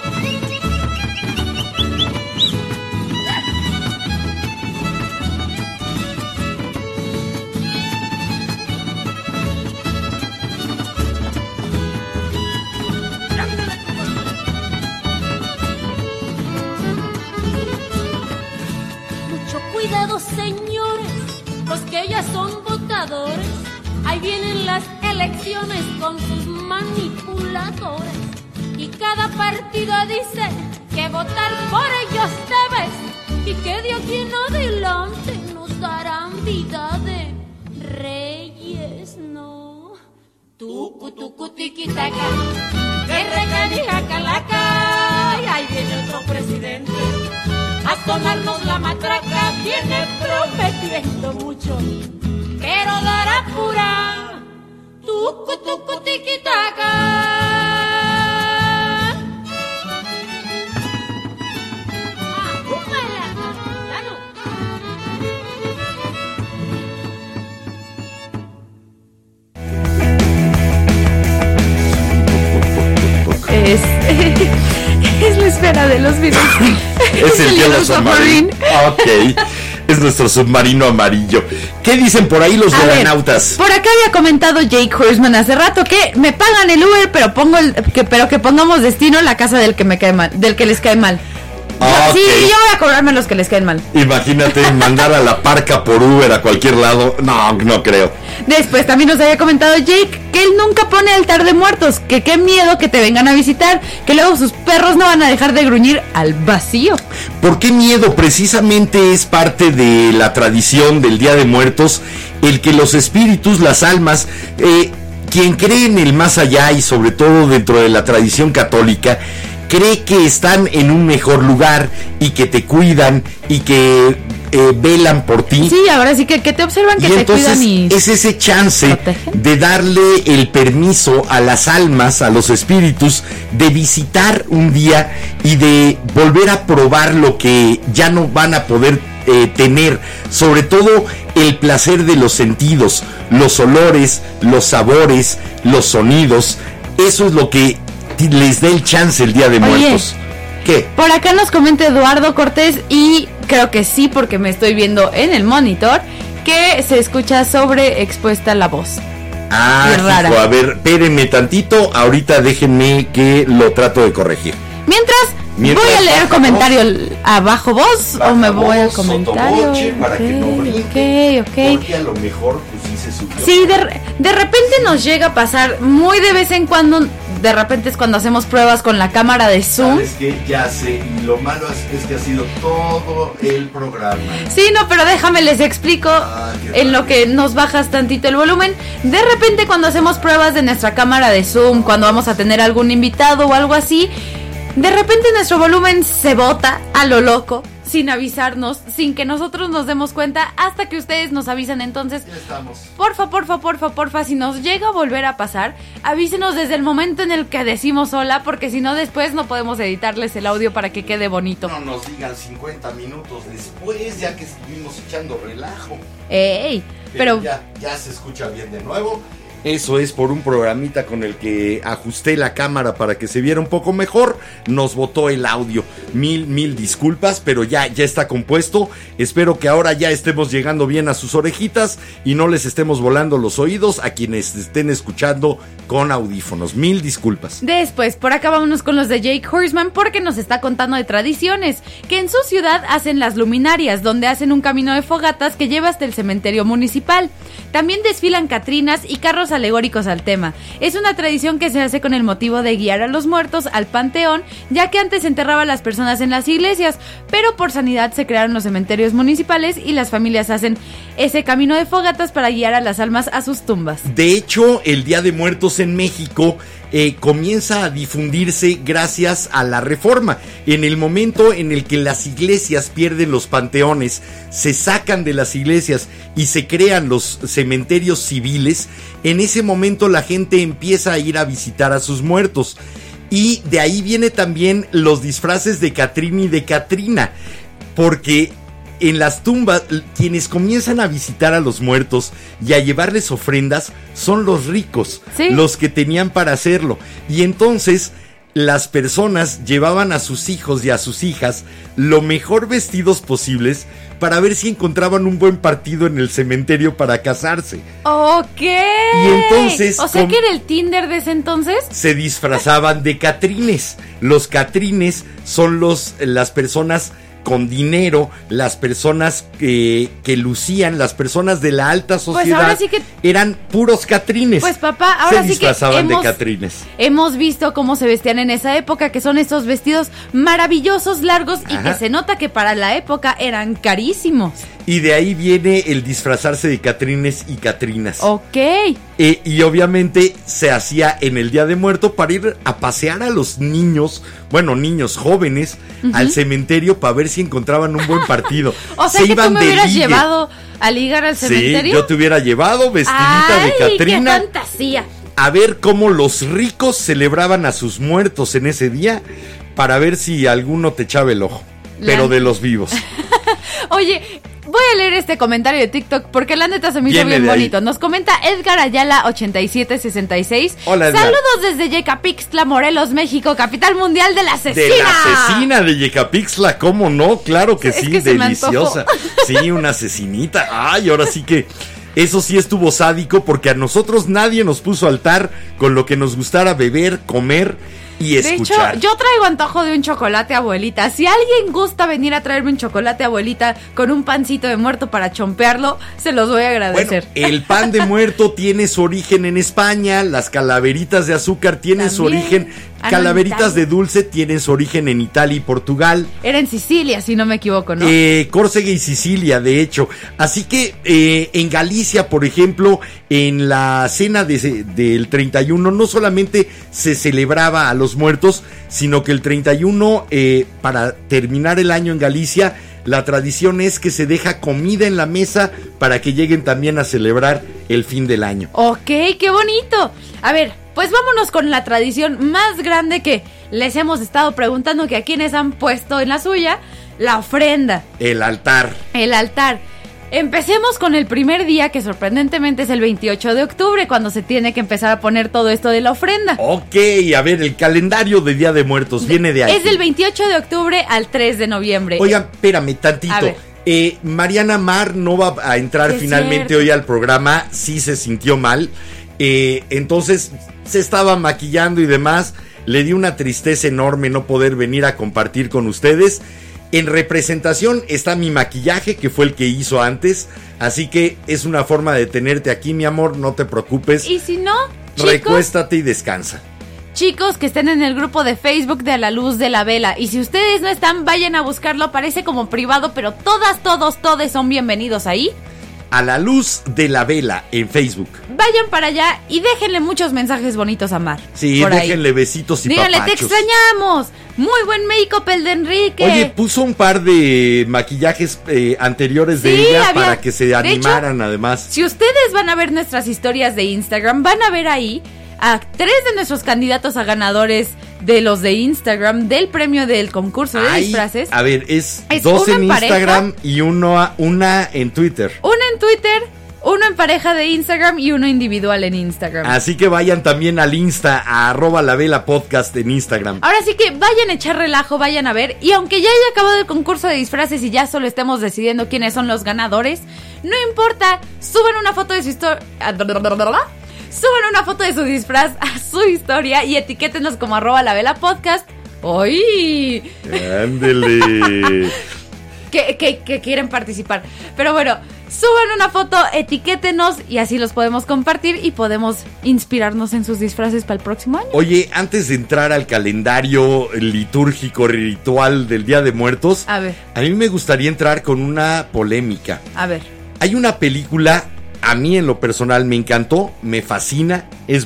Cuidado, señores, los que ya son votadores, ahí vienen las elecciones con sus manipuladores, y cada partido dice que votar por ellos debes, y que de aquí en adelante nos darán vida de reyes, no. Tucu, tucu, tiquitaca, que recanija calaca, y ahí viene otro presidente a tomarnos la matraca, viene prometiendo mucho, pero dará pura. Tucu, tucu, tiquitaca. Es la espera de los videos. Es el Yellow Submarine. Ok. Es nuestro submarino amarillo. ¿Qué dicen por ahí los veranautas? Por acá había comentado Jake Hursman hace rato que me pagan el Uber, pero que pongamos destino la casa del que me cae mal, del que les cae mal. Okay. Sí, yo voy a cobrarme los que les caen mal. Imagínate mandar a la parca por Uber a cualquier lado. No, no creo. Después también nos había comentado Jake que él nunca pone altar de muertos, que qué miedo que te vengan a visitar, que luego sus perros no van a dejar de gruñir al vacío. ¿Por qué miedo? Precisamente es parte de la tradición del Día de Muertos, el que los espíritus, las almas, quien cree en el más allá y sobre todo dentro de la tradición católica, cree que están en un mejor lugar y que te cuidan y que velan por ti. Sí, ahora sí que te observan, que y te cuidan y es ese chance protegen, de darle el permiso a las almas, a los espíritus, de visitar un día y de volver a probar lo que ya no van a poder tener, sobre todo el placer de los sentidos, los olores, los sabores, los sonidos. Eso es lo que les da el chance el Día de Muertos. ¿Qué? Por acá nos comenta Eduardo Cortés, y creo que sí, porque me estoy viendo en el monitor, que se escucha sobreexpuesta la voz. Ah, hijo, a ver, espérenme tantito, ahorita déjenme que lo trato de corregir. Mientras voy a leer comentario abajo voz, o me voy al comentario. Para que no brinque, ok. Porque a lo mejor pues sí se subió. Sí, de repente nos llega a pasar, muy de vez en cuando, de repente es cuando hacemos pruebas con la cámara de Zoom. Sabes que ya sé, y lo malo es que ha sido todo el programa. Sí, no, pero déjame les explico en lo que nos bajas tantito el volumen. De repente cuando hacemos pruebas de nuestra cámara de Zoom, cuando vamos a tener algún invitado o algo así, de repente nuestro volumen se bota a lo loco, sin avisarnos, sin que nosotros nos demos cuenta, hasta que ustedes nos avisan. Entonces, ya estamos. Porfa, si nos llega a volver a pasar, avísenos desde el momento en el que decimos hola, porque si no después no podemos editarles el audio para que quede bonito. No nos digan 50 minutos después, ya que estuvimos echando relajo. Pero ya se escucha bien de nuevo. Eso es por un programita con el que ajusté la cámara para que se viera un poco mejor. Nos botó el audio. Mil disculpas, pero ya está compuesto. Espero que ahora ya estemos llegando bien a sus orejitas y no les estemos volando los oídos a quienes estén escuchando con audífonos. Mil disculpas. Después, por acá vámonos con los de Jake Horseman, porque nos está contando de tradiciones que en su ciudad hacen las luminarias, donde hacen un camino de fogatas que lleva hasta el cementerio municipal. También desfilan catrinas y carros alegóricos al tema. Es una tradición que se hace con el motivo de guiar a los muertos al panteón, ya que antes se enterraba a las personas en las iglesias, pero por sanidad se crearon los cementerios municipales y las familias hacen ese camino de fogatas para guiar a las almas a sus tumbas. De hecho, el Día de Muertos en México comienza a difundirse gracias a la Reforma. En el momento en el que las iglesias pierden los panteones, se sacan de las iglesias y se crean los cementerios civiles, en ese momento la gente empieza a ir a visitar a sus muertos. Y de ahí viene también los disfraces de Catrín y de Catrina, porque en las tumbas, quienes comienzan a visitar a los muertos y a llevarles ofrendas son los ricos, ¿sí? Los que tenían para hacerlo. Y entonces las personas llevaban a sus hijos y a sus hijas lo mejor vestidos posibles para ver si encontraban un buen partido en el cementerio para casarse. Ok. Y entonces, o sea que era el Tinder de ese entonces. Se disfrazaban de catrines. Los catrines son las personas con dinero, las personas que lucían, las personas de la alta sociedad, pues ahora sí que eran puros catrines. Pues papá, ahora se disfrazaban de catrines. Hemos visto cómo se vestían en esa época, que son estos vestidos maravillosos, largos, y que se nota que para la época eran carísimos. Y de ahí viene el disfrazarse de catrines y catrinas. Ok. Y obviamente se hacía en el Día de Muerto para ir a pasear a los niños, bueno, niños jóvenes, al cementerio para ver si encontraban un buen partido. O sea, que tú me hubieras llevado a ligar al cementerio. Sí, yo te hubiera llevado vestidita de Catrina. ¡Qué fantasía! A ver cómo los ricos celebraban a sus muertos en ese día, para ver si alguno te echaba el ojo, pero de los vivos. Oye, voy a leer este comentario de TikTok porque la neta se me hizo bien bonito. Nos comenta Edgar Ayala 8766. Hola, Edgar. Saludos desde Yecapixtla, Morelos, México, capital mundial de la cecina. De la cecina de Yecapixtla, ¿cómo no? Claro que sí, que deliciosa. Sí, una cecinita. Ay, ahora sí que eso sí estuvo sádico, porque a nosotros nadie nos puso altar con lo que nos gustara beber, comer y escuchar. De hecho, yo traigo antojo de un chocolate, abuelita. Si alguien gusta venir a traerme un chocolate, abuelita, con un pancito de muerto para chompearlo, se los voy a agradecer. Bueno, el pan de muerto tiene su origen en España, las calaveritas de azúcar tienen su origen, calaveritas de dulce tienen su origen en Italia y Portugal. Era en Sicilia, si no me equivoco, ¿no? Córcega y Sicilia, de hecho. Así que en Galicia, por ejemplo, en la cena del 31, no solamente se celebraba a los muertos, sino que el 31, para terminar el año en Galicia, la tradición es que se deja comida en la mesa para que lleguen también a celebrar el fin del año. Ok, qué bonito. A ver, pues vámonos con la tradición más grande que les hemos estado preguntando que a quienes han puesto en la suya la ofrenda. El altar. El altar. Empecemos con el primer día, que sorprendentemente es el 28 de octubre, cuando se tiene que empezar a poner todo esto de la ofrenda. Ok, a ver, el calendario de Día de Muertos viene de ahí. Es del 28 de octubre al 3 de noviembre. Oigan, espérame tantito. A ver. Mariana Mar no va a entrar Sí, finalmente cierto. hoy al programa, sí se sintió mal. Entonces se estaba maquillando y demás. Le dio una tristeza enorme no poder venir a compartir con ustedes. En representación está mi maquillaje, que fue el que hizo antes. Así que es una forma de tenerte aquí, mi amor, no te preocupes. Y si no, chicos, Recuéstate y descansa. chicos que estén en el grupo de Facebook de A la Luz de la Vela. Y si ustedes no están, vayan a buscarlo. Aparece como privado, pero todos son bienvenidos ahí. A la Luz de la Vela en Facebook. Vayan para allá y déjenle muchos mensajes bonitos a Mar. Sí, por ahí. déjenle besitos y Díganle, te papachos. extrañamos. Muy buen make-up el de Enrique. Oye, puso un par de maquillajes anteriores de Sí, ella había- para que se de animaran, hecho, además. Si ustedes van a ver nuestras historias de Instagram, van a ver ahí a 3 de nuestros candidatos a ganadores de los de Instagram del premio del concurso de Ay, disfraces. a ver, es Es 2 una en en pareja. Instagram y una en Twitter. Uno en Twitter, uno en pareja de Instagram y uno individual en Instagram. Así que vayan también al Insta, a @lavelapodcast en Instagram. Ahora sí que vayan a echar relajo, vayan a ver. Y aunque ya haya acabado el concurso de disfraces y ya solo estemos decidiendo quiénes son los ganadores, no importa, suban una foto de su historia. Suban una foto de su disfraz a su historia y etiquétenos como @lavelapodcast. ¡Uy! Ándele. que quieren participar. Pero bueno, suban una foto, etiquétenos y así los podemos compartir y podemos inspirarnos en sus disfraces para el próximo año. Oye, antes de entrar al calendario litúrgico ritual del Día de Muertos, A ver, a mí me gustaría entrar con una polémica. a ver. Hay una película, a mí en lo personal me encantó, me fascina, es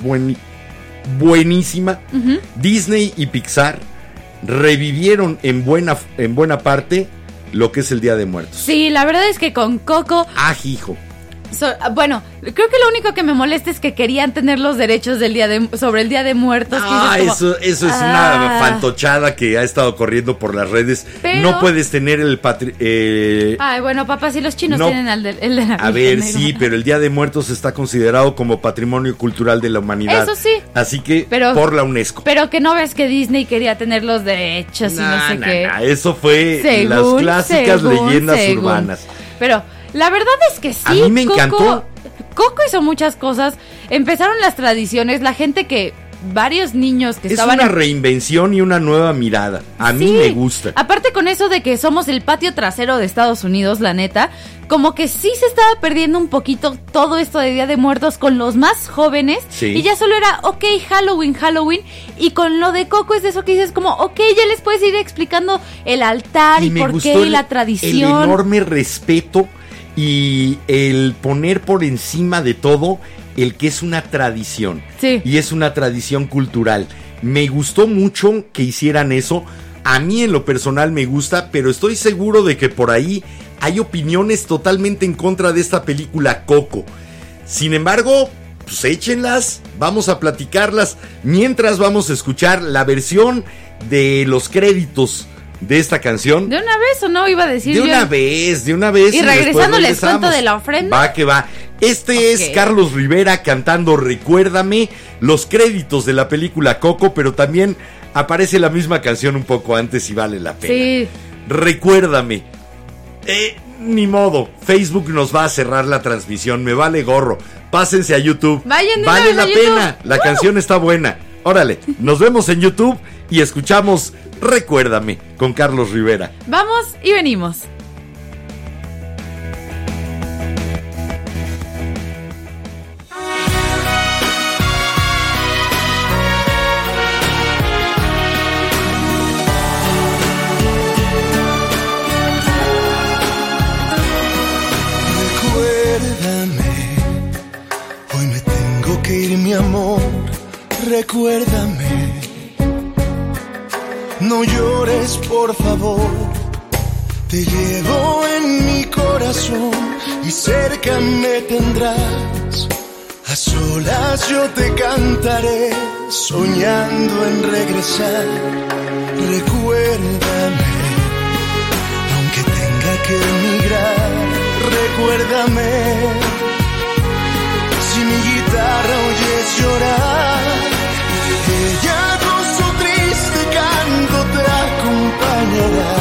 buenísima. Ujú. Disney y Pixar revivieron en buena parte lo que es el Día de Muertos. Sí, la verdad es que con Coco, Hijo. bueno, creo que lo único que me molesta es que querían tener los derechos del sobre el Día de Muertos. que dices como, Eso es una fantochada que ha estado corriendo por las redes. Pero- No puedes tener el Ay, bueno, papá, si los chinos No. tienen el de la A Virgen ver, Negra. sí, pero el Día de Muertos está considerado como patrimonio cultural de la humanidad. Eso sí. Así que Pero- por la UNESCO. Pero que no ves que Disney quería tener los derechos y no sé qué. Eso fue Según, las clásicas según. leyendas urbanas. Pero la verdad es que sí. A mí me encantó. Coco hizo muchas cosas. Empezaron las tradiciones. La gente que... Varios niños que Es estaban... una reinvención y una nueva mirada. A mí Sí. me gusta. Aparte con eso de que somos el patio trasero de Estados Unidos, la neta, como que sí se estaba perdiendo un poquito todo esto de Día de Muertos con los más jóvenes. Sí. Y ya solo era, ok, Halloween. Y con lo de Coco es de eso que dices como, ok, ya les puedes ir explicando el altar y me por gustó qué y la tradición. El enorme respeto y el poner por encima de todo el que es una tradición. Sí. Y es una tradición cultural. Me gustó mucho que hicieran eso. A mí en lo personal me gusta, pero estoy seguro de que por ahí hay opiniones totalmente en contra de esta película Coco. Sin embargo, pues échenlas, vamos a platicarlas. Mientras vamos a escuchar la versión de los créditos de esta canción. ¿De una vez o no iba a decir De yo? una vez. Y después regresando les regresamos. cuento de la ofrenda. Va que va. Este es Ok. Carlos Rivera cantando Recuérdame, los créditos de la película Coco, pero también aparece la misma canción un poco antes y vale la pena. Sí. Recuérdame. Ni modo, Facebook nos va a cerrar la transmisión, me vale gorro. Pásense a YouTube. Vayan de una vale vez la a YouTube. pena, la canción está buena. Órale, nos vemos en YouTube y escuchamos Recuérdame con Carlos Rivera. Vamos y venimos. Recuérdame, hoy me tengo que ir, mi amor. Recuérdame, no llores, por favor. Te llevo en mi corazón y cerca me tendrás. A solas yo te cantaré soñando en regresar. Recuérdame, aunque tenga que emigrar. Recuérdame, si mi guitarra oyes llorar, ella con su triste canto te acompañará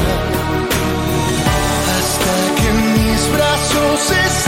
hasta que en mis brazos estés.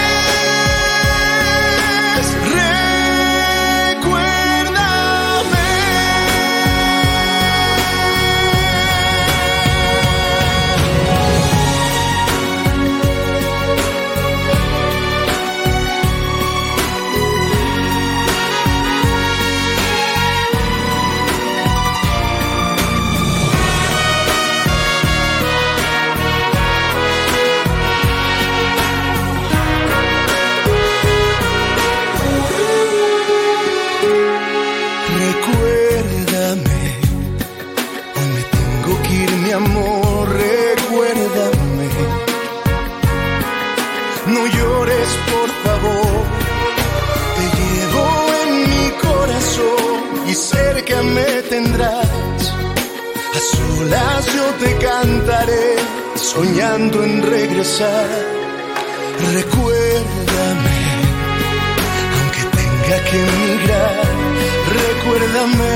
Amor, recuérdame, no llores por favor, te llevo en mi corazón y cerca me tendrás, a solas yo te cantaré, soñando en regresar. Recuérdame, aunque tenga que emigrar, recuérdame,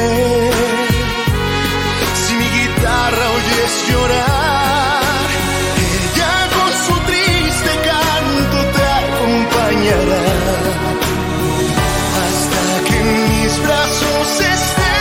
oyes llorar, ella con su triste canto te acompañará hasta que en mis brazos estés.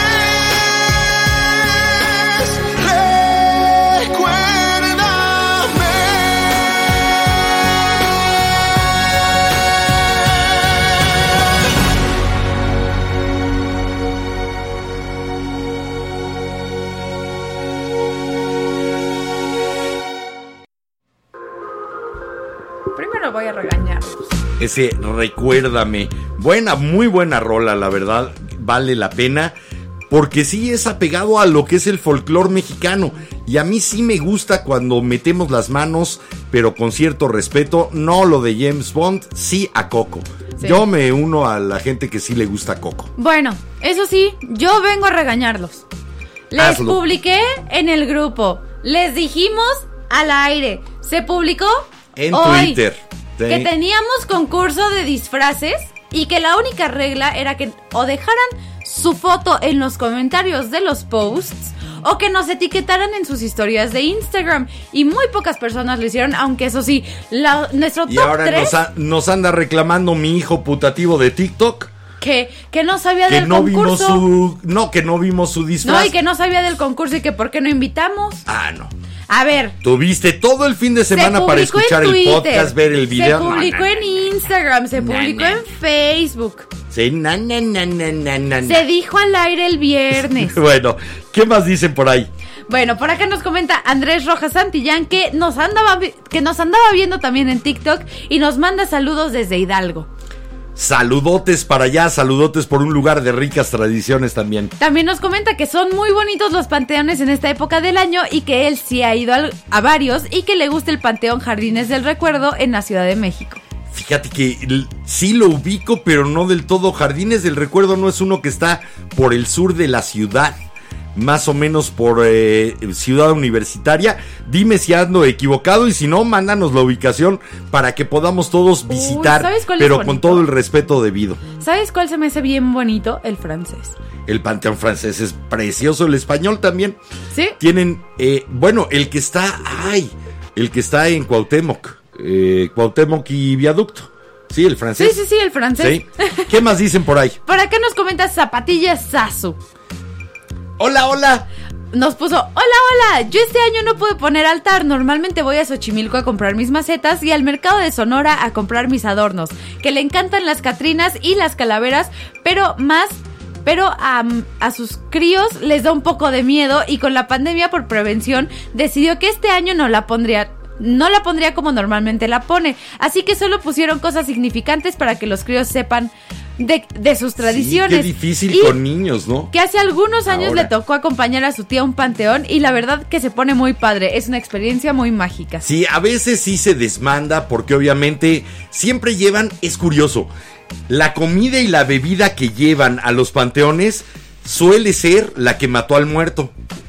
Primero voy a regañarlos. Ese recuérdame. Buena, muy buena rola, la verdad. Vale la pena. Porque sí es apegado a lo que es el folclore mexicano. Y a mí sí me gusta cuando metemos las manos, pero con cierto respeto. No lo de James Bond, sí a Coco. Sí. Yo me uno a la gente que sí le gusta Coco. Bueno, eso sí, yo vengo a regañarlos. Les publiqué en el grupo. Les dijimos al aire. Se publicó en hoy, Twitter, sí, que teníamos concurso de disfraces y que la única regla era que o dejaran su foto en los comentarios de los posts o que nos etiquetaran en sus historias de Instagram. Y muy pocas personas lo hicieron, aunque eso sí, nuestro top 3... Y ahora nos anda reclamando mi hijo putativo de TikTok. Que no sabía del concurso. Que no vimos su disfraz. No, y que no sabía del concurso y que por qué no invitamos. Ah, no. A ver. Tuviste todo el fin de semana para escuchar el podcast, ver el video. Se publicó en Instagram, se publicó en Facebook. Sí, Se dijo al aire el viernes. Bueno, ¿qué más dicen por ahí? Bueno, por acá nos comenta Andrés Rojas Santillán que nos andaba viendo también en TikTok y nos manda saludos desde Hidalgo. Saludotes para allá, saludotes por un lugar de ricas tradiciones también. También nos comenta que son muy bonitos los panteones en esta época del año y que él sí ha ido a varios y que le gusta el Panteón Jardines del Recuerdo en la Ciudad de México. Fíjate que sí lo ubico, pero no del todo. Jardines del Recuerdo no es uno que está por el sur de la ciudad, más o menos por Ciudad Universitaria. Dime si ando equivocado y si no, mándanos la ubicación para que podamos todos visitar, pero con todo el respeto debido. ¿Sabes cuál se me hace bien bonito? El francés. El Panteón Francés es precioso, el español también. ¿Sí? Tienen, bueno, el que está en Cuauhtémoc, Cuauhtémoc y Viaducto. Sí, el francés. Sí, el francés. ¿Sí? ¿Qué más dicen por ahí? Por acá nos comenta Zapatillas Sasu. Hola. Nos puso, hola, yo este año no pude poner altar. Normalmente voy a Xochimilco a comprar mis macetas y al mercado de Sonora a comprar mis adornos, que le encantan las catrinas y las calaveras, pero a sus críos les da un poco de miedo y con la pandemia por prevención decidió que este año no la pondría como normalmente la pone, así que solo pusieron cosas significantes para que los críos sepan de sus tradiciones. Sí, qué difícil con niños, ¿no? Que hace algunos años le tocó acompañar a su tía a un panteón y la verdad que se pone muy padre, es una experiencia muy mágica. Sí, a veces sí se desmanda porque obviamente siempre llevan, es curioso, la comida y la bebida que llevan a los panteones suele ser la que mató al muerto.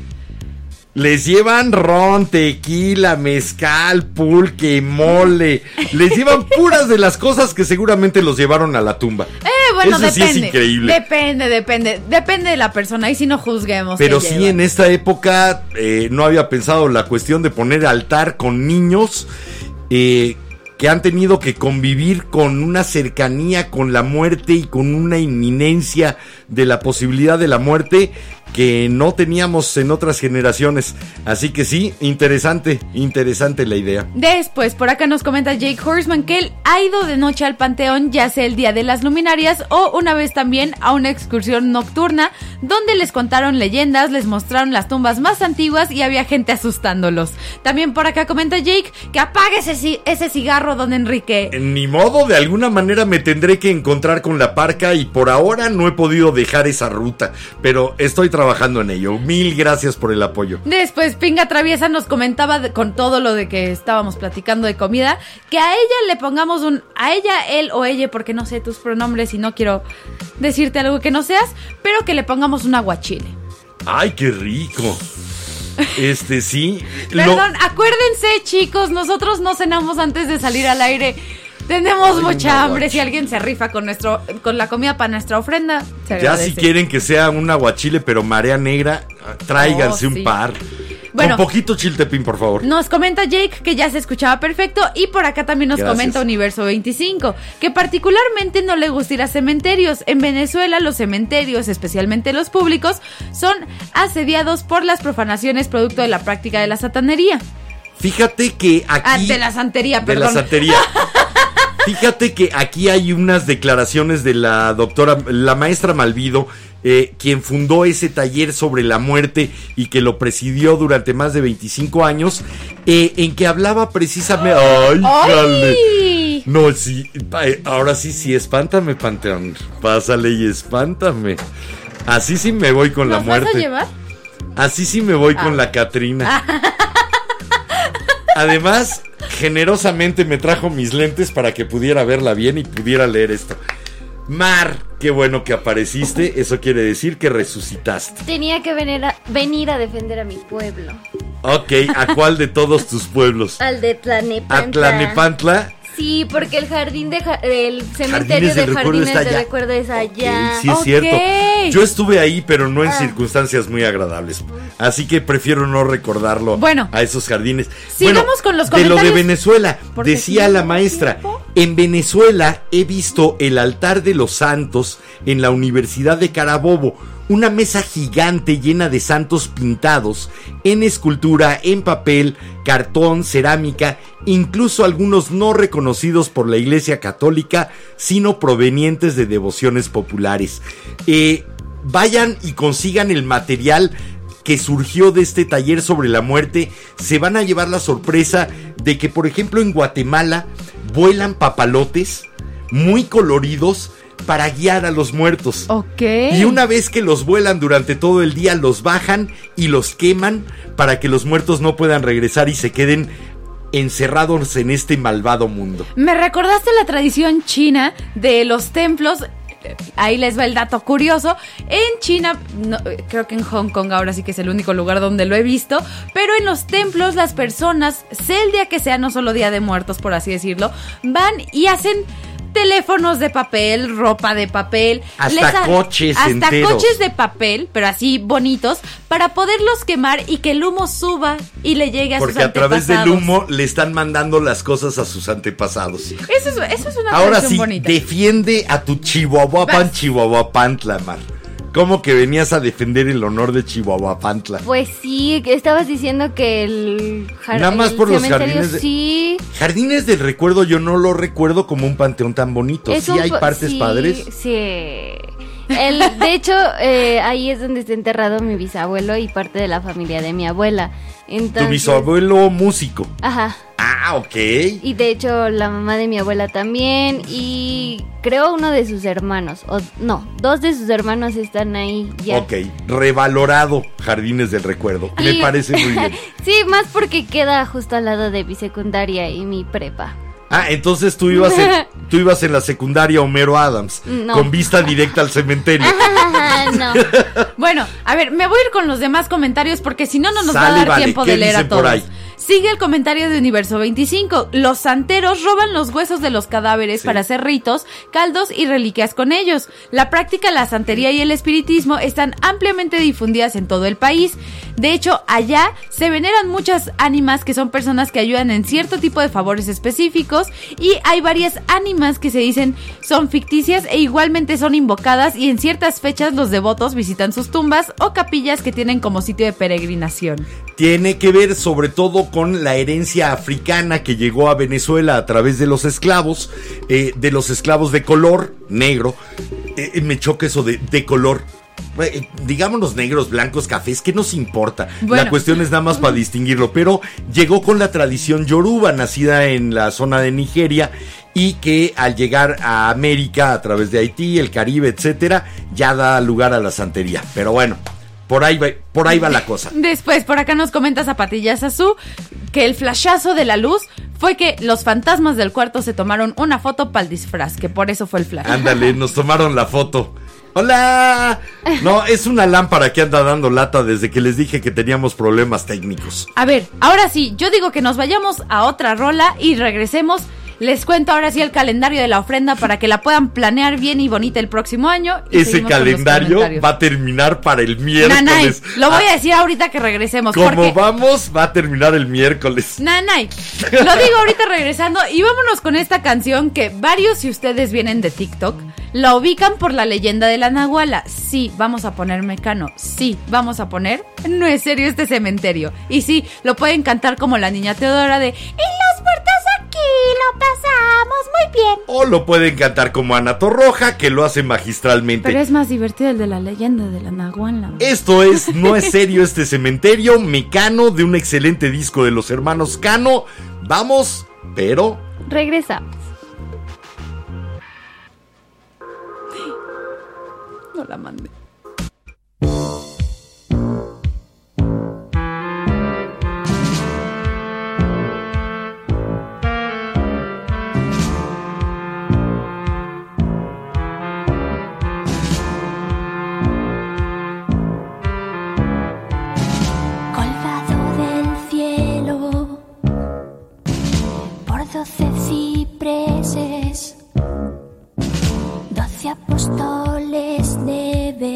Les llevan ron, tequila, mezcal, pulque, mole. Les llevan puras de las cosas que seguramente los llevaron a la tumba. Bueno, eso depende. Sí es increíble. Depende de la persona. Ahí sí no juzguemos. Pero sí, en esta época no había pensado la cuestión de poner altar con niños que han tenido que convivir con una cercanía con la muerte y con una inminencia de la posibilidad de la muerte que no teníamos en otras generaciones. Así que sí, interesante la idea. Después, por acá nos comenta Jake Horseman que él ha ido de noche al panteón, ya sea el día de las luminarias o una vez también a una excursión nocturna donde les contaron leyendas, les mostraron las tumbas más antiguas y había gente asustándolos. También por acá comenta Jake que apague ese cigarro, don Enrique. Ni modo, de alguna manera me tendré que encontrar con la parca y por ahora no he podido dejar esa ruta, pero estoy trabajando en ello. Mil gracias por el apoyo. Después Pinga Traviesa nos comentaba con todo lo de que estábamos platicando de comida, que a ella le pongamos a ella, él o ella, porque no sé tus pronombres y no quiero decirte algo que no seas, pero que le pongamos un aguachile. Ay, qué rico. Sí. Perdón, acuérdense, chicos, nosotros no cenamos antes de salir al aire. Tenemos mucha hambre. Si alguien se rifa con la comida para nuestra ofrenda, se agradece. Ya si quieren que sea un aguachile pero marea negra, tráiganse un par. Bueno, con poquito chiltepín, por favor. Nos comenta Jake que ya se escuchaba perfecto. Y por acá también nos comenta Universo 25 que particularmente no le gusta ir a cementerios. En Venezuela los cementerios, especialmente los públicos, son asediados por las profanaciones producto de la práctica de la satanería. Fíjate que aquí... de la santería, perdón. De la santería. Fíjate que aquí hay unas declaraciones de la maestra Malvido, quien fundó ese taller sobre la muerte y que lo presidió durante más de 25 años, en que hablaba precisamente... ¡Ay, jale! No, sí, ahora sí, espántame, Panteón. Pásale y espántame. Así sí me voy con la muerte. ¿Nos vas a llevar? Así sí me voy con la Catrina. Además, generosamente me trajo mis lentes para que pudiera verla bien y pudiera leer esto. Mar, qué bueno que apareciste. Eso quiere decir que resucitaste. Tenía que venir a defender a mi pueblo. Ok, ¿a cuál de todos tus pueblos? Al de Tlanepantla. ¿A Tlanepantla? Sí, porque el el cementerio de Jardines de Recuerdo es allá. Okay, sí, es cierto. Yo estuve ahí, pero no en circunstancias muy agradables. Así que prefiero no recordarlo a esos jardines. Sigamos con los comentarios. De lo de Venezuela, decía la maestra. En Venezuela he visto el altar de los santos en la Universidad de Carabobo. Una mesa gigante llena de santos pintados en escultura, en papel, cartón, cerámica, incluso algunos no reconocidos por la Iglesia Católica, sino provenientes de devociones populares. Vayan y consigan el material que surgió de este taller sobre la muerte. Se van a llevar la sorpresa de que, por ejemplo, en Guatemala vuelan papalotes muy coloridos para guiar a los muertos. Ok. Y una vez que los vuelan durante todo el día, los bajan y los queman para que los muertos no puedan regresar y se queden encerrados en este malvado mundo. Me recordaste la tradición china de los templos. Ahí les va el dato curioso. En China, no, creo que en Hong Kong ahora sí que es el único lugar donde lo he visto, pero en los templos las personas, sea el día que sea, no solo Día de Muertos por así decirlo, van y hacen teléfonos de papel, ropa de papel, coches enteros. Coches de papel, pero así bonitos, para poderlos quemar y que el humo suba y le llegue a sus antepasados. Porque a través del humo le están mandando las cosas a sus antepasados. Eso es una ahora tradición sí, bonita. Defiende a tu Chihuahuapantla, Mar. ¿Cómo que venías a defender el honor de Chihuahuapantla? Pues sí, estabas diciendo que el nada más por los jardines sí. Jardines del Recuerdo yo no lo recuerdo como un panteón tan bonito. Sí hay partes padres. Sí. De hecho, ahí es donde está enterrado mi bisabuelo y parte de la familia de mi abuela. Entonces, tu bisabuelo músico. Ajá. Ah, ok. Y de hecho la mamá de mi abuela también. Y creo uno de sus hermanos. Dos de sus hermanos están ahí ya. Ok, revalorado Jardines del Recuerdo. Me parece muy bien. Sí, más porque queda justo al lado de mi secundaria y mi prepa. Ah, entonces tú ibas tú ibas en la secundaria Homero Adams, No. con vista directa al cementerio. No. Bueno, a ver, me voy a ir con los demás comentarios porque si no, no nos va a Sale, dar vale. tiempo ¿Qué de leer a dicen por todos. ahí? Sigue el comentario de Universo 25. Los santeros roban los huesos de los cadáveres Sí. para hacer ritos, caldos y reliquias con ellos. La práctica, la santería y el espiritismo están ampliamente difundidas en todo el país. De hecho, allá se veneran muchas ánimas que son personas que ayudan en cierto tipo de favores específicos, y hay varias ánimas que se dicen son ficticias e igualmente son invocadas, y en ciertas fechas los devotos visitan sus tumbas o capillas que tienen como sitio de peregrinación. Tiene que ver sobre todo con la herencia africana que llegó a Venezuela a través de los esclavos de color negro. Me choca eso de color. Digamos los negros, blancos, cafés, ¿qué nos importa? Bueno. La cuestión es nada más para distinguirlo, pero llegó con la tradición yoruba, nacida en la zona de Nigeria, y que al llegar a América a través de Haití, el Caribe, etcétera, ya da lugar a la santería. Pero bueno, por ahí va la cosa. Después, por acá nos comenta Zapatillas Azul que el flashazo de la luz fue que los fantasmas del cuarto se tomaron una foto para el disfraz, que por eso fue el flash. Ándale, nos tomaron la foto. ¡Hola! No, es una lámpara que anda dando lata desde que les dije que teníamos problemas técnicos. A ver, ahora sí, yo digo que nos vayamos a otra rola y regresemos. Les cuento ahora sí el calendario de la ofrenda para que la puedan planear bien y bonita el próximo año. Y Ese seguimos con los calendario comentarios. va a terminar para el miércoles. Nanay, lo voy a decir ahorita que regresemos. Como porque... vamos, va a terminar el miércoles. Nanay, lo digo ahorita regresando y vámonos con esta canción que varios, si ustedes vienen de TikTok, la ubican por la leyenda de la Nahuala. Sí, vamos a poner Mecano. Sí, vamos a poner No es serio este cementerio. Y sí, lo pueden cantar como la niña Teodora de Y los muertos aquí lo pasamos muy bien. O lo pueden cantar como Ana Torroja, que lo hace magistralmente. Pero es más divertido el de la leyenda de la Nahuala. Esto es No es serio este cementerio, Mecano, de un excelente disco de los hermanos Cano. Vamos, pero... Regresamos. No la mandé. Colgado del cielo por 12 cipreses, 12 apóstoles de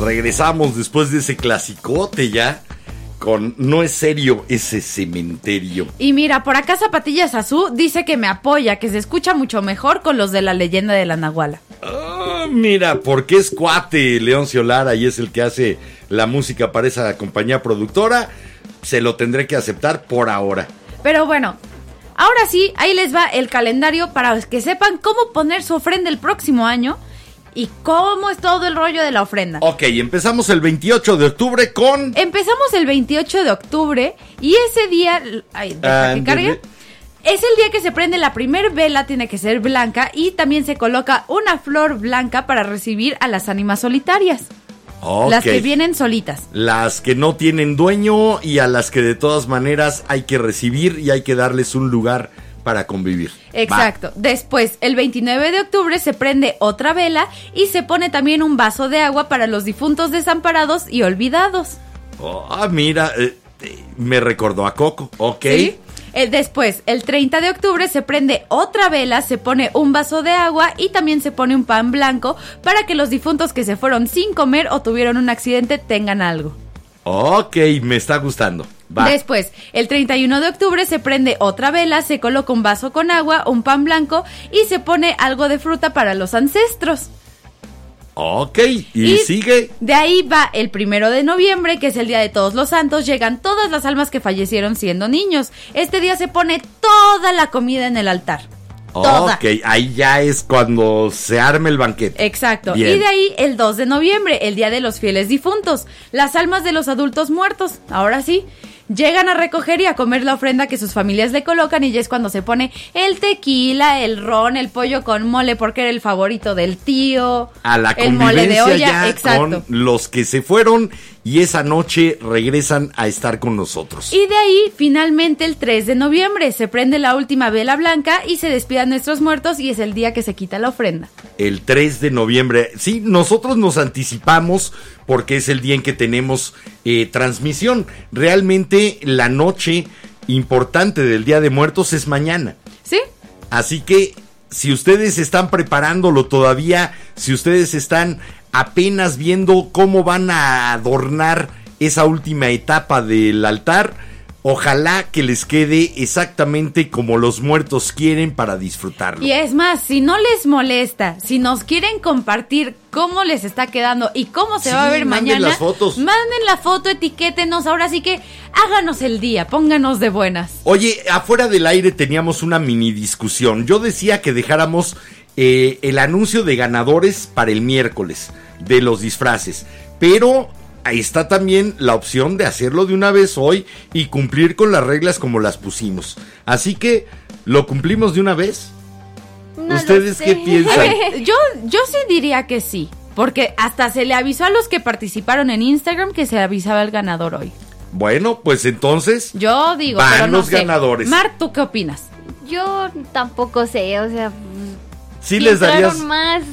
Regresamos después de ese clasicote ya con No es serio ese cementerio. Y mira, por acá Zapatillas Azul dice que me apoya, que se escucha mucho mejor con los de La Leyenda de la Nahuala. Ah, mira, porque es cuate Leoncio Lara y es el que hace la música para esa compañía productora, se lo tendré que aceptar por ahora. Pero bueno, ahora sí, ahí les va el calendario para que sepan cómo poner su ofrenda el próximo año y cómo es todo el rollo de la ofrenda. Ok, empezamos el 28 de octubre con... Empezamos el 28 de octubre y ese día... Ay, deja que cargue. Es el día que se prende la primer vela, tiene que ser blanca, y también se coloca una flor blanca para recibir a las ánimas solitarias. Okay. Las que vienen solitas. Las que no tienen dueño y a las que de todas maneras hay que recibir y hay que darles un lugar para convivir. Exacto. Va. Después, el 29 de octubre se prende otra vela y se pone también un vaso de agua para los difuntos desamparados y olvidados. Mira, me recordó a Coco. Ok. ¿Sí? Después, el 30 de octubre se prende otra vela, se pone un vaso de agua y también se pone un pan blanco para que los difuntos que se fueron sin comer o tuvieron un accidente tengan algo. Ok, me está gustando. Va. Después, el 31 de octubre se prende otra vela, se coloca un vaso con agua, un pan blanco y se pone algo de fruta para los ancestros. Ok, y sigue. De ahí va el 1 de noviembre, que es el Día de Todos los Santos. Llegan todas las almas que fallecieron siendo niños. Este día se pone toda la comida en el altar. Toda. Ok, ahí ya es cuando se arma el banquete. Exacto. Bien. Y de ahí el 2 de noviembre, el Día de los Fieles Difuntos. Las almas de los adultos muertos. Ahora sí, llegan a recoger y a comer la ofrenda que sus familias le colocan, y ya es cuando se pone el tequila, el ron, el pollo con mole porque era el favorito del tío. A la el mole de convivencia olla, ya exacto. con los que se fueron y esa noche regresan a estar con nosotros. Y de ahí, finalmente, el 3 de noviembre, se prende la última vela blanca y se despiden nuestros muertos, y es el día que se quita la ofrenda. El 3 de noviembre. Sí, nosotros nos anticipamos porque es el día en que tenemos transmisión. Realmente la noche importante del Día de Muertos es mañana. ¿Sí? Así que si ustedes están preparándolo todavía, si ustedes están apenas viendo cómo van a adornar esa última etapa del altar, ojalá que les quede exactamente como los muertos quieren para disfrutarlo. Y es más, si no les molesta, si nos quieren compartir cómo les está quedando y cómo se va a ver manden mañana, las fotos. Manden la foto, etiquétenos, ahora sí que háganos el día, pónganos de buenas. Oye, afuera del aire teníamos una mini discusión. Yo decía que dejáramos el anuncio de ganadores para el miércoles de los disfraces, pero ahí está también la opción de hacerlo de una vez hoy y cumplir con las reglas como las pusimos. Así que, ¿lo cumplimos de una vez? No ¿Ustedes lo qué sé. piensan? A ver, yo sí diría que sí, porque hasta se le avisó a los que participaron en Instagram que se avisaba el ganador hoy. Bueno, pues entonces Yo digo, van pero no los sé. ganadores. Mar, ¿tú qué opinas? Yo tampoco sé, o sea, Sí si les darías. entraron más.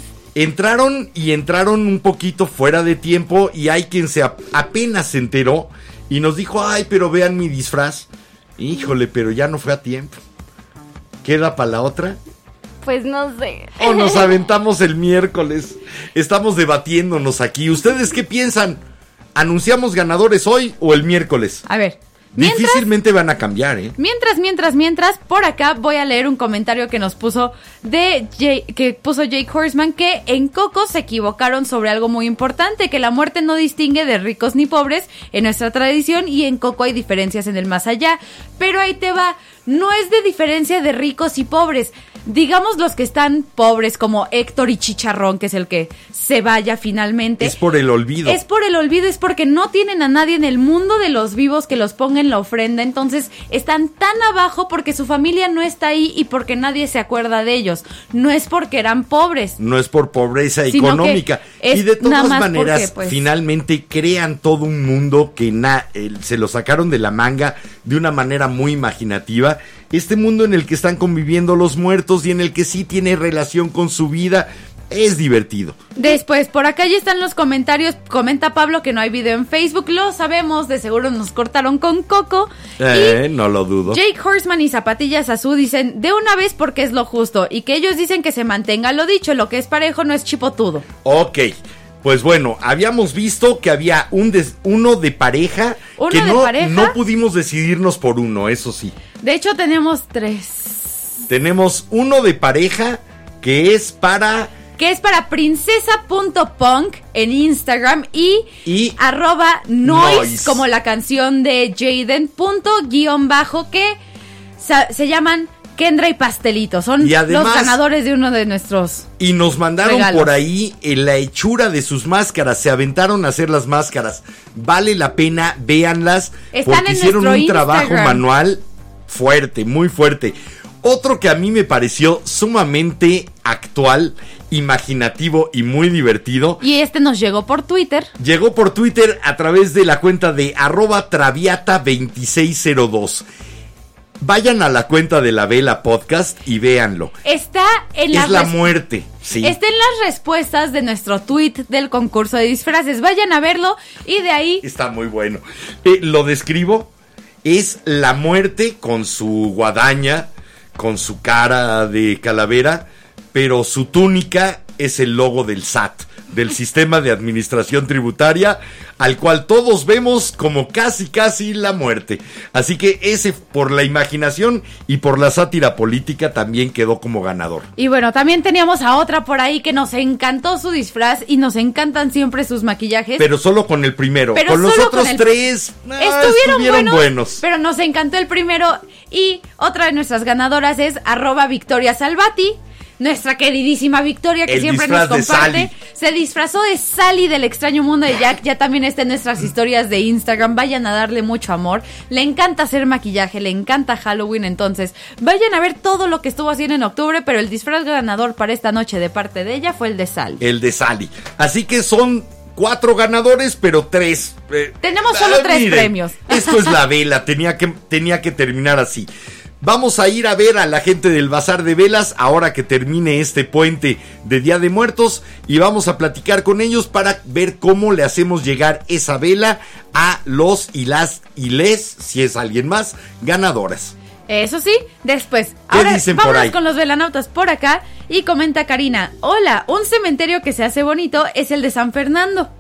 Entraron un poquito fuera de tiempo y hay quien apenas se enteró y nos dijo, ay, pero vean mi disfraz. Híjole, pero ya no fue a tiempo. ¿Queda para la otra? Pues no sé. O nos aventamos el miércoles. Estamos debatiéndonos aquí. ¿Ustedes qué piensan? ¿Anunciamos ganadores hoy o el miércoles? A ver. Difícilmente van a cambiar, ¿eh? Mientras, por acá voy a leer un comentario que nos puso Jake Horseman, que en Coco se equivocaron sobre algo muy importante, que la muerte no distingue de ricos ni pobres en nuestra tradición, y en Coco hay diferencias en el más allá. Pero ahí te va, no es de diferencia de ricos y pobres. Digamos los que están pobres, como Héctor y Chicharrón, que es el que se vaya finalmente. Es por el olvido. Es por el olvido, es porque no tienen a nadie en el mundo de los vivos que los ponga en la ofrenda. Entonces están tan abajo porque su familia no está ahí y porque nadie se acuerda de ellos. No es porque eran pobres. No es por pobreza Sino económica. que es Y de nada todas más maneras, porque, pues, finalmente crean todo un mundo que se lo sacaron de la manga de una manera muy imaginativa. Este mundo en el que están conviviendo los muertos y en el que sí tiene relación con su vida. Es divertido. Después, por acá ya están los comentarios. Comenta Pablo que no hay video en Facebook. Lo sabemos, de seguro nos cortaron con Coco. No lo dudo. Jake Horseman y Zapatillas Azul dicen de una vez porque es lo justo. Y que ellos dicen que se mantenga lo dicho. Lo que es parejo no es chipotudo. Ok, Pues bueno, habíamos visto que había uno de pareja, ¿Uno que de pareja? no pudimos decidirnos por uno, eso sí. De hecho, tenemos 3. Tenemos uno de pareja que es para princesa.punk en Instagram y @noise, como la canción de Jaden, _, que se llaman Kendra y Pastelito. Son y además, los ganadores de uno de nuestros y nos mandaron regalos. Por ahí en la hechura de sus máscaras. Se aventaron a hacer las máscaras. Vale la pena, véanlas. Están porque en hicieron nuestro un trabajo Instagram. manual fuerte, muy fuerte. Otro que a mí me pareció sumamente actual, imaginativo y muy divertido. Y nos llegó por Twitter. Llegó por Twitter a través de la cuenta de @traviata2602. Vayan a la cuenta de La Vela Podcast y véanlo. Está en Es la muerte, sí. Está en las respuestas de nuestro tweet del concurso de disfraces. Vayan a verlo y de ahí... Está muy bueno. Lo describo. Es la muerte con su guadaña, con su cara de calavera, pero su túnica es el logo del SAT, del Sistema de Administración Tributaria, al cual todos vemos como casi la muerte. Así que ese, por la imaginación y por la sátira política, también quedó como ganador. Y bueno, también teníamos a otra por ahí que nos encantó su disfraz y nos encantan siempre sus maquillajes. Pero solo con el primero. Pero con los solo otros con el... 3 estuvieron buenos. Pero nos encantó el primero. Y otra de nuestras ganadoras es @Victoria Salvati. Nuestra queridísima Victoria, que El siempre nos disfraz de comparte. Sally. Se disfrazó de Sally del extraño mundo de Jack. Ya también está en nuestras historias de Instagram. Vayan a darle mucho amor. Le encanta hacer maquillaje, le encanta Halloween. Entonces, vayan a ver todo lo que estuvo haciendo en octubre. Pero el disfraz ganador para esta noche de parte de ella fue el de Sally. El de Sally. Así que son 4 ganadores, pero 3. Tenemos solo 3 premios. Esto es La Vela. Tenía que terminar así. Vamos a ir a ver a la gente del Bazar de Velas ahora que termine este puente de Día de Muertos y vamos a platicar con ellos para ver cómo le hacemos llegar esa vela a los y las y les, si es alguien más, ganadoras. Eso sí, después. Ahora dicen por vámonos ahí? con los velanautas por acá y comenta Karina: hola, un cementerio que se hace bonito es el de San Fernando.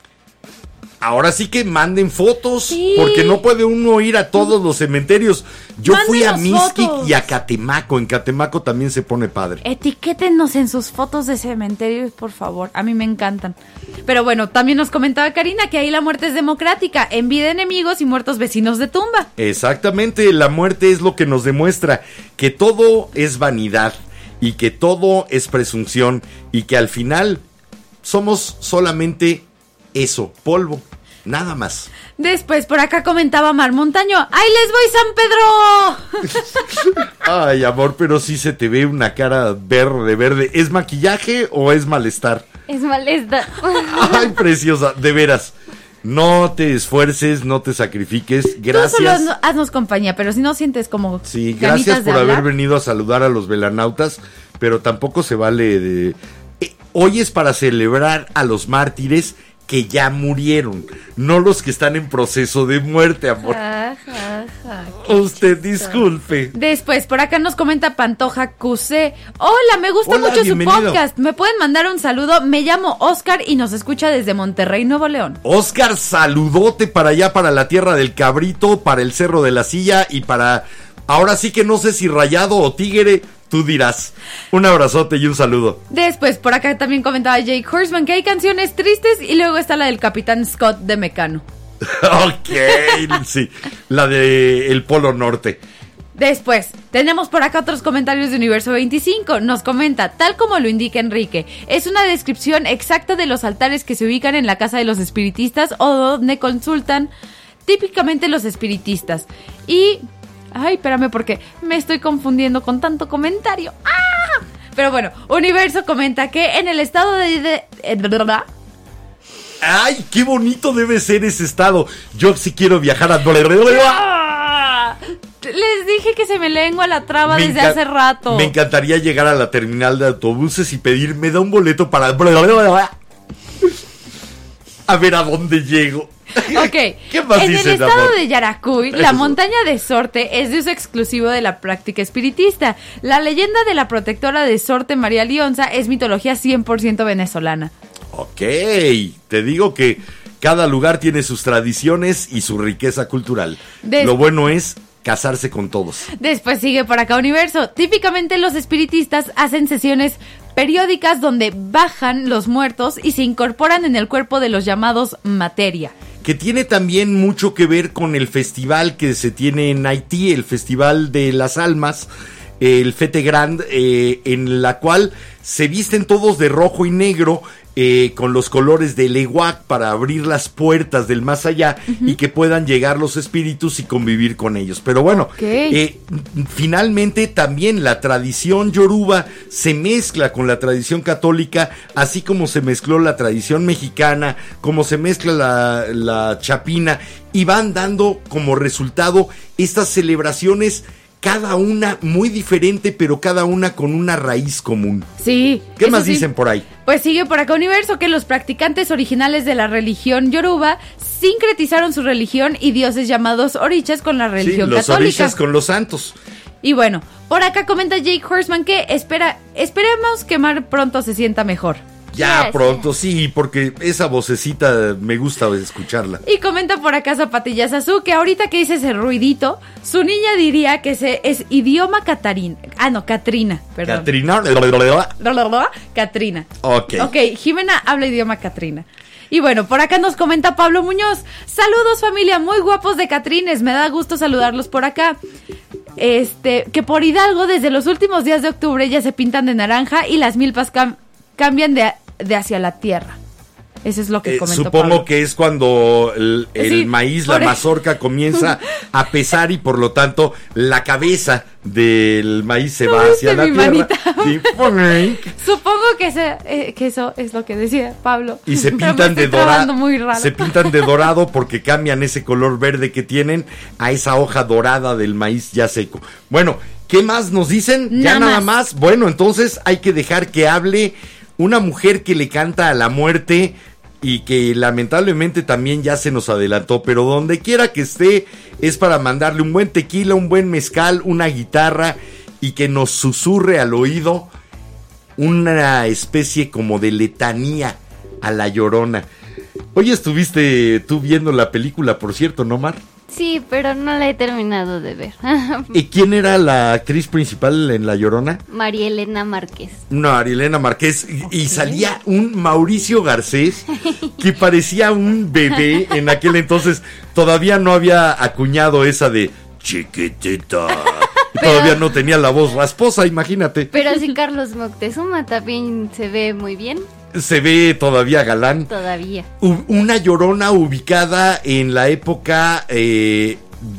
Ahora sí que manden fotos, Sí. porque no puede uno ir a todos los cementerios. Yo fui a Mándenos Mixquic fotos. y a Catemaco. En Catemaco también se pone padre. Etiquétenos en sus fotos de cementerios, por favor. A mí me encantan. Pero bueno, también nos comentaba Karina que ahí la muerte es democrática, en vida enemigos y muertos vecinos de tumba. Exactamente, la muerte es lo que nos demuestra que todo es vanidad y que todo es presunción y que al final somos solamente eso, polvo, nada más. Después por acá comentaba Mar Montaño: ¡ay, les voy, San Pedro! Ay, amor, pero sí se te ve una cara verde. ¿Es maquillaje o es malestar? Es molesta. Ay, preciosa, de veras. No te esfuerces, no te sacrifiques. Gracias. Tú solo haznos compañía, pero si no sientes como Sí, ganitas gracias de por haber hablar. venido a saludar a los velanautas, pero tampoco se vale de... Hoy es para celebrar a los mártires que ya murieron, no los que están en proceso de muerte, amor. Usted disculpe. Después, por acá nos comenta Pantoja QC: hola, me gusta Hola, mucho bienvenido. su podcast. ¿Me pueden mandar un saludo? Me llamo Oscar y nos escucha desde Monterrey, Nuevo León. Oscar, saludote para allá, para la tierra del Cabrito, para el Cerro de la Silla y para... Ahora sí que no sé si Rayado o Tigre, tú dirás. Un abrazote y un saludo. Después, por acá también comentaba Jake Horseman que hay canciones tristes y luego está la del Capitán Scott de Mecano. Ok, sí, la de el Polo Norte. Después, tenemos por acá otros comentarios de Universo 25. Nos comenta: tal como lo indica Enrique, es una descripción exacta de los altares que se ubican en la casa de los espiritistas o donde consultan típicamente los espiritistas. Y... ay, espérame porque me estoy confundiendo con tanto comentario. ¡Ah! Pero bueno, Universo comenta que en el estado de ¡Ay, qué bonito debe ser ese estado! Yo sí quiero viajar a... ¡Ah! Les dije que se me lengua la traba desde hace rato. Me encantaría llegar a la terminal de autobuses y pedir, me da un boleto para... A ver a dónde llego. Ok, ¿Qué más en dices, el estado amor? de Yaracuy, la Eso. montaña de Sorte es de uso exclusivo de la práctica espiritista. La leyenda de la protectora de Sorte, María Lionza, es mitología 100% venezolana. Ok, Ok, te digo que cada lugar tiene sus tradiciones y su riqueza cultural. Lo bueno es casarse con todos. Después sigue por acá Universo. Típicamente los espiritistas hacen sesiones periódicas donde bajan los muertos y se incorporan en el cuerpo de los llamados materia. Que tiene también mucho que ver con el festival que se tiene en Haití, el Festival de las Almas, el Fete Grand, en la cual se visten todos de rojo y negro, con los colores del Ewak para abrir las puertas del más allá y que puedan llegar los espíritus y convivir con ellos. Pero bueno, finalmente también la tradición yoruba se mezcla con la tradición católica, así como se mezcló la tradición mexicana, como se mezcla la chapina, y van dando como resultado estas celebraciones, cada una muy diferente, pero cada una con una raíz común. Sí. ¿Qué más dicen por ahí? Pues sigue por acá Universo que los practicantes originales de la religión yoruba sincretizaron su religión y dioses llamados orichas con la religión los católica. orichas con los santos. Y bueno, por acá comenta Jake Horseman que esperemos que Mar pronto se sienta mejor. Ya pronto, sí, porque esa vocecita me gusta escucharla. Y comenta por acá Zapatillas Azul que ahorita que dice ese ruidito, su niña diría que es idioma Catrina. Perdón. Catrina. Ok, Jimena habla idioma Catrina. Y bueno, por acá nos comenta Pablo Muñoz. Saludos familia, muy guapos de Catrines, me da gusto saludarlos por acá. Que por Hidalgo desde los últimos días de octubre ya se pintan de naranja y las milpas cambian de hacia la tierra. Eso es lo que comentó supongo Pablo. que es cuando el maíz, la mazorca comienza a pesar y por lo tanto la cabeza del maíz se va hacia la tierra. Supongo que eso es lo que decía Pablo. Y se pintan de dorado. Se pintan de dorado porque cambian ese color verde que tienen a esa hoja dorada del maíz ya seco. Bueno, ¿qué más nos dicen? Nada más. Bueno, entonces hay que dejar que hable una mujer que le canta a la muerte y que lamentablemente también ya se nos adelantó, pero donde quiera que esté es para mandarle un buen tequila, un buen mezcal, una guitarra y que nos susurre al oído una especie como de letanía a la Llorona. Hoy estuviste tú viendo la película, por cierto, ¿no, Mar? Sí, pero no la he terminado de ver. ¿Y quién era la actriz principal en La Llorona? María Elena Márquez. No, María Elena Márquez. Y salía un Mauricio Garcés que parecía un bebé en aquel entonces. Todavía no había acuñado esa de chiquitita. Todavía no tenía la voz rasposa, imagínate. Pero sí, Carlos Moctezuma también se ve muy bien. Se ve todavía galán. Todavía. Una Llorona ubicada en la época del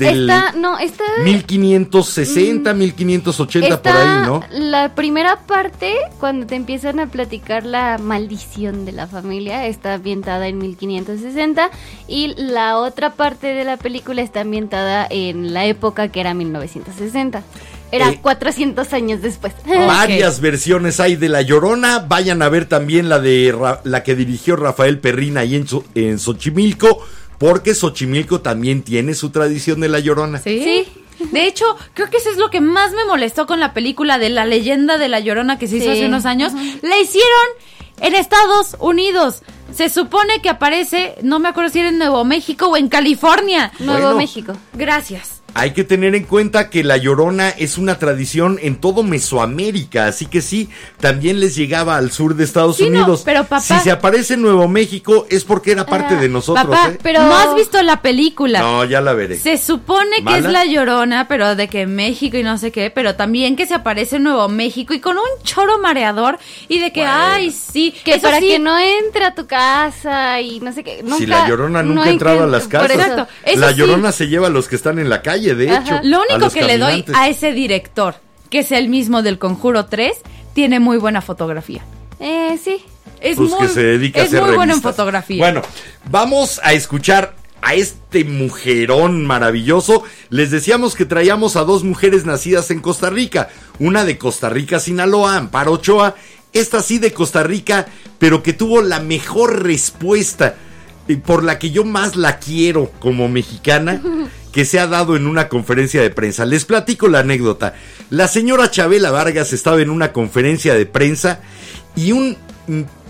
1560, 1580 por ahí, ¿no? La primera parte, cuando te empiezan a platicar la maldición de la familia, está ambientada en 1560 y la otra parte de la película está ambientada en la época que era 1960. Era 400 años después. Varias versiones hay de La Llorona. Vayan a ver también la de la que dirigió Rafael Perrín ahí en Xochimilco, porque Xochimilco también tiene su tradición de La Llorona. Sí. De hecho, creo que eso es lo que más me molestó con la película de La Leyenda de La Llorona que se hizo hace unos años. La hicieron en Estados Unidos. Se supone que aparece, no me acuerdo si era en Nuevo México o en California. Nuevo México. Gracias. Hay que tener en cuenta que La Llorona es una tradición en todo Mesoamérica, así que sí, también les llegaba al sur de Estados Unidos. No, pero papá, si se aparece en Nuevo México es porque era parte de nosotros. Papá, pero no has visto la película. No, ya la veré. Se supone que es La Llorona, pero de que México y no sé qué, pero también que se aparece en Nuevo México y con un choro mareador y de que, ay, sí. Que para que no entre a tu casa y no sé qué. Nunca, si La Llorona nunca ha entrado a las casas. Exacto. La Llorona se lleva a los que están en la calle. De hecho, lo único que le doy a ese director, que es el mismo del Conjuro 3, tiene muy buena fotografía. Sí. Es pues que se dedica a hacer muy bueno en revistas. fotografía. Bueno, vamos a escuchar a este mujerón maravilloso. Les decíamos que traíamos a dos mujeres nacidas en Costa Rica. Una de Costa Rica, Sinaloa, Amparo Ochoa. Esta sí de Costa Rica, pero que tuvo la mejor respuesta, por la que yo más la quiero como mexicana, que se ha dado en una conferencia de prensa. Les platico la anécdota. La señora Chabela Vargas estaba en una conferencia de prensa y un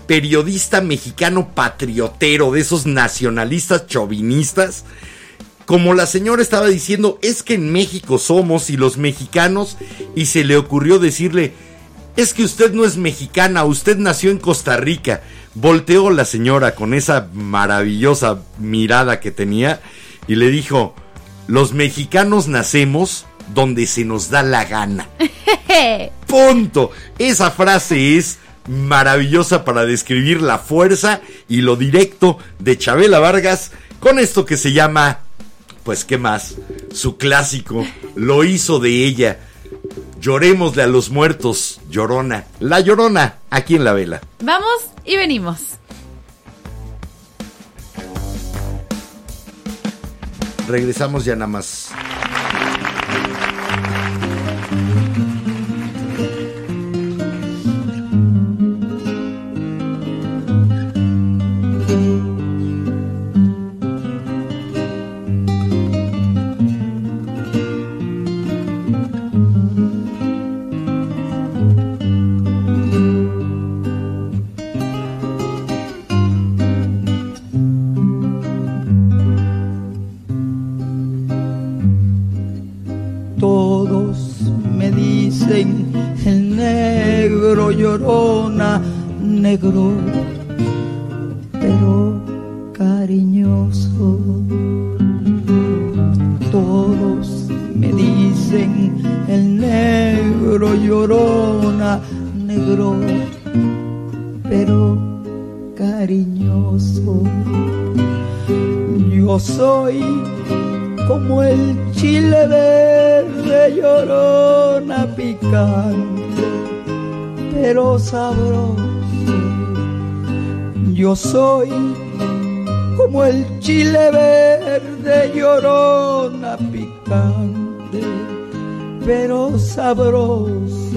periodista mexicano patriotero, de esos nacionalistas chauvinistas, como la señora estaba diciendo, es que en México somos y los mexicanos, y se le ocurrió decirle, es que usted no es mexicana, usted nació en Costa Rica. Volteó la señora con esa maravillosa mirada que tenía y le dijo, los mexicanos nacemos donde se nos da la gana. Punto. Esa frase es maravillosa para describir la fuerza y lo directo de Chabela Vargas con esto que se llama, pues qué más, su clásico, Lo hizo de ella. Llorémosle a los muertos, Llorona. La Llorona, aquí en La Vela. Vamos y venimos. Regresamos ya nada más. Llorona, negro, pero cariñoso. Todos me dicen el negro Llorona, negro, pero cariñoso. Yo soy como el chile verde, Llorona, picante pero sabroso. Yo soy como el chile verde, Llorona, picante pero sabroso.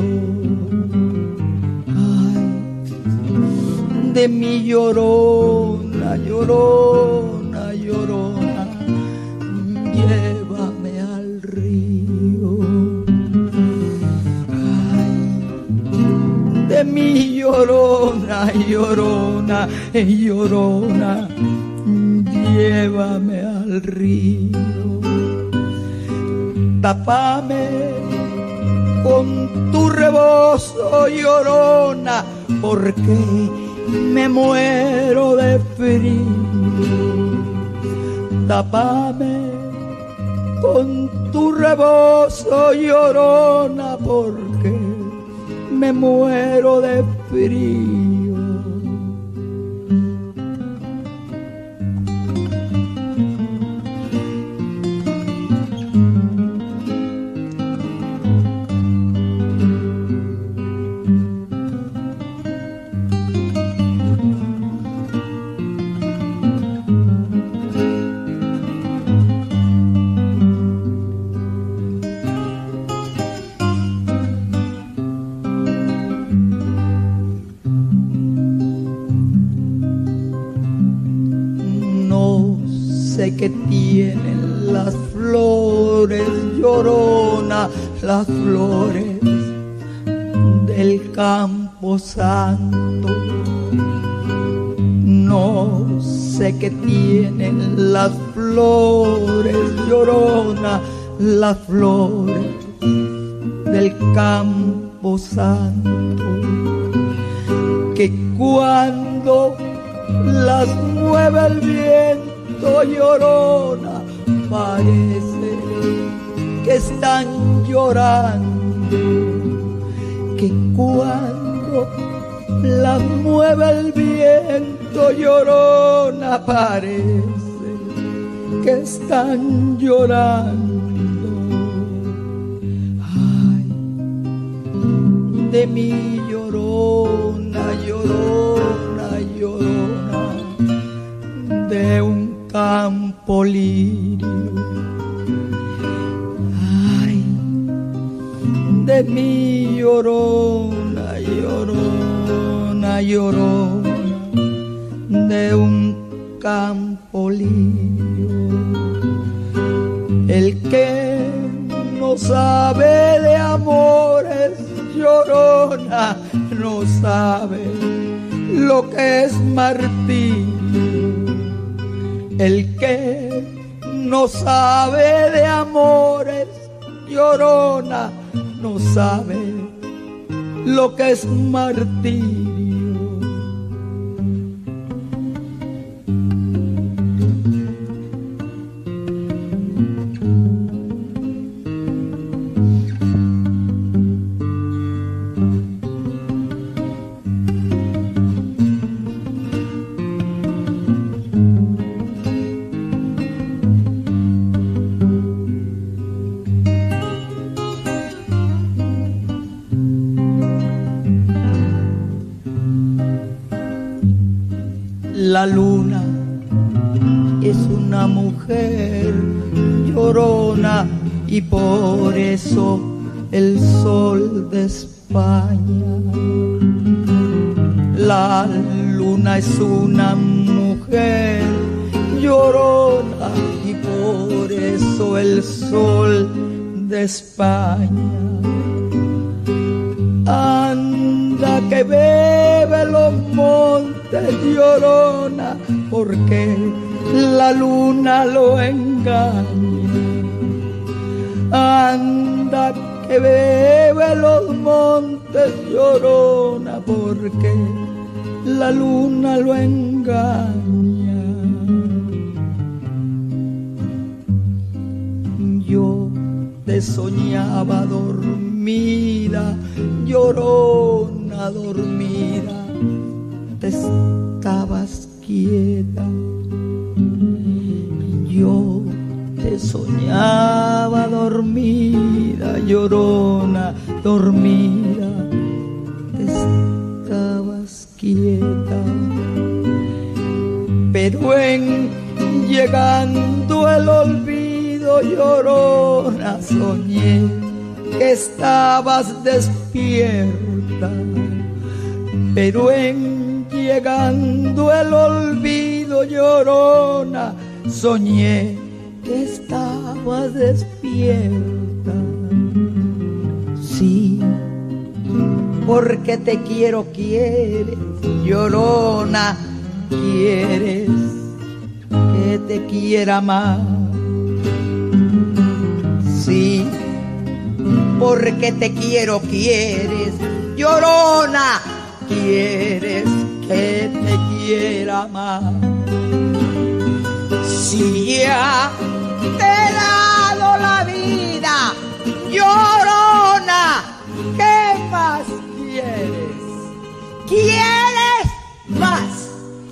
Ay, de mi Llorona, Llorona, Llorona, llévame al río. De mi Llorona, Llorona, Llorona, llévame al río. Tápame con tu rebozo, Llorona, porque me muero de frío. Tápame con tu rebozo, Llorona, porque me muero de frío. Que tienen las flores, Llorona, las flores del Campo Santo. No sé qué tienen las flores, Llorona, las flores del Campo Santo, que cuando las mueve el viento, Llorona, parece que están llorando, que cuando las mueve el viento, Llorona, parece que están llorando. Ay, de mi Llorona, Llorona, Llorona, de un campo lirio. Ay, de mi Llorona, Llorona, Llorona, de un campo lirio. El que no sabe de amores, Llorona, no sabe lo que es martirio. El que no sabe de amores, llorona, no sabe lo que es martirio. La luna es una mujer llorona y por eso el sol de España. La luna es una mujer llorona y por eso el sol de España. Anda que bebe los montes, llorona, porque la luna lo engaña. Anda que bebe los montes, llorona, porque la luna lo engaña. Yo te soñaba dormida, llorona, dormida, te estabas quieta. Yo te soñaba dormida, llorona, dormida, te estabas quieta. Pero en llegando el olvido, llorona, soñé que estabas despierta. Pero en llegando el olvido, llorona, soñé que estabas despierta. Sí, porque te quiero, quieres, llorona, quieres que te quiera más. Sí, porque te quiero, quieres, llorona, quieres que te quiera más. Si ya te he dado la vida, llorona, ¿qué más quieres? ¿Quieres más?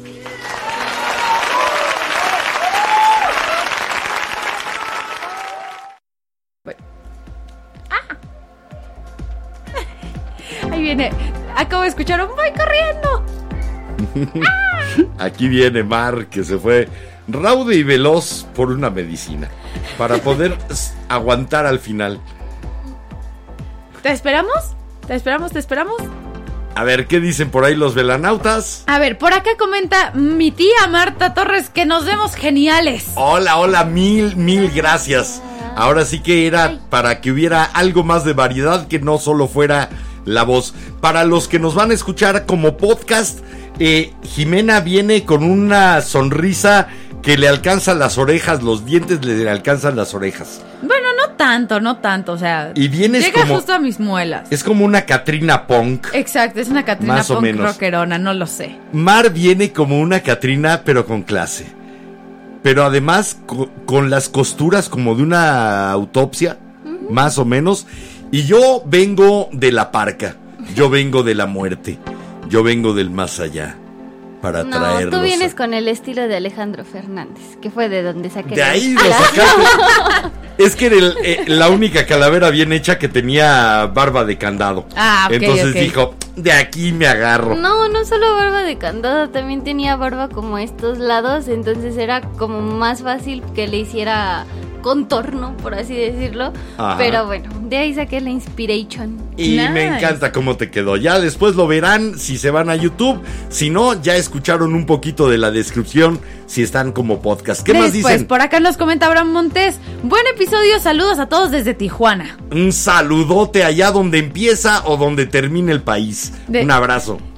Ahí viene. Acabo de escuchar un voy corriendo. Aquí viene Mar, que se fue raudo y veloz por una medicina para poder aguantar al final. ¿Te esperamos? ¿Te esperamos? ¿Te esperamos? A ver, ¿qué dicen por ahí los velanautas? A ver, por acá comenta mi tía Marta Torres que nos vemos geniales. Hola, hola, mil gracias. Ahora sí que era para que hubiera algo más de variedad, que no solo fuera la voz. Para los que nos van a escuchar como podcast, Jimena viene con una sonrisa que le alcanzan las orejas, los dientes le alcanzan las orejas. Bueno, no tanto, o sea, y vienes llega como, justo a mis muelas. Es como una Catrina Punk. Exacto, es una Catrina más Punk o menos. rockerona, no lo sé. Mar viene como una Catrina, pero con clase. Pero además con las costuras como de una autopsia, más o menos. Y yo vengo de la parca, yo vengo de la muerte, yo vengo del más allá. Para traerlos. No, tú vienes con el estilo de Alejandro Fernández, que fue de donde saqué. De ahí lo sacaste. Es que era la única calavera bien hecha que tenía barba de candado. Ah, ok, entonces ok. dijo, de aquí me agarro. No solo barba de candado, también tenía barba como estos lados, entonces era como más fácil que le hiciera contorno, por así decirlo. Ajá. Pero bueno, de ahí saqué la inspiration. Y Nice. me encanta cómo te quedó. Ya después lo verán si se van a YouTube. Si no, ya escucharon un poquito de la descripción si están como podcast. ¿Qué más dicen? Por acá nos comenta Abraham Montes. Buen episodio, saludos a todos desde Tijuana. Un saludote allá donde empieza o donde termine el país. Un abrazo.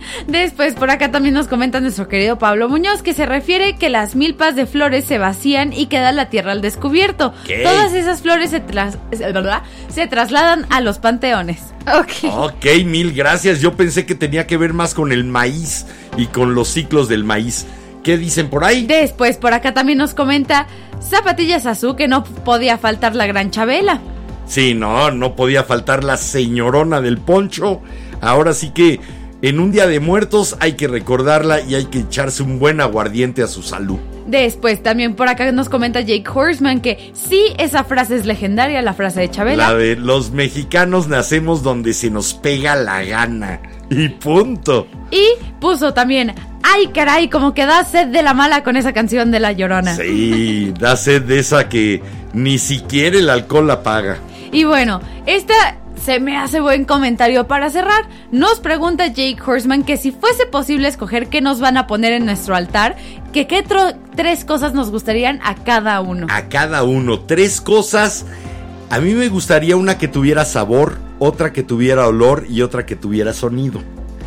Después, por acá también nos comenta nuestro querido Pablo Muñoz que se refiere que las milpas de flores se vacían y queda la tierra al descubierto. ¿Qué? Todas esas flores se trasladan a los panteones. Ok, mil gracias. Yo pensé que tenía que ver más con el maíz y con los ciclos del maíz. ¿Qué dicen por ahí? Después, por acá también nos comenta Zapatillas Azul que no podía faltar la gran Chabela. Sí, no podía faltar la señorona del poncho. Ahora sí que en un día de muertos hay que recordarla y hay que echarse un buen aguardiente a su salud. Después también por acá nos comenta Jake Horseman que sí, esa frase es legendaria, la frase de Chabela. La de los mexicanos nacemos donde se nos pega la gana. Y punto. Y puso también, ay caray, como que da sed de la mala con esa canción de La Llorona. Sí, da sed de esa que ni siquiera el alcohol la paga. Y bueno, esta se me hace buen comentario para cerrar. Nos pregunta Jake Horseman que si fuese posible escoger qué nos van a poner en nuestro altar, que qué 3 cosas nos gustarían a cada uno. A cada uno, 3 cosas. A mí me gustaría una que tuviera sabor, otra que tuviera olor y otra que tuviera sonido.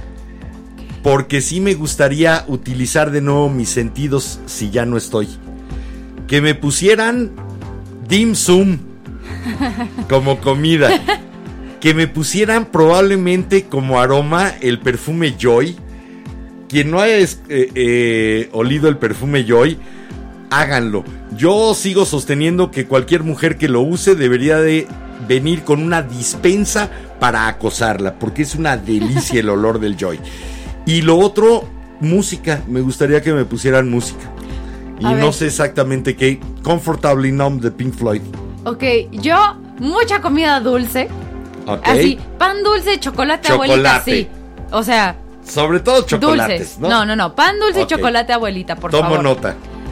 Porque sí me gustaría utilizar de nuevo mis sentidos si ya no estoy. Que me pusieran dim sum como comida. Que me pusieran probablemente como aroma el perfume Joy. Quien no haya olido el perfume Joy, háganlo. Yo sigo sosteniendo que cualquier mujer que lo use debería de venir con una dispensa para acosarla, porque es una delicia el olor del Joy. Y lo otro, música. Me gustaría que me pusieran música. Y no sé exactamente qué. Comfortably Numb de Pink Floyd. Ok, yo mucha comida dulce. Okay. Así, pan dulce, chocolate, abuelita, sí. O sea, sobre todo chocolates, dulces. ¿no? No, pan dulce y chocolate, abuelita, por favor. Tomo nota.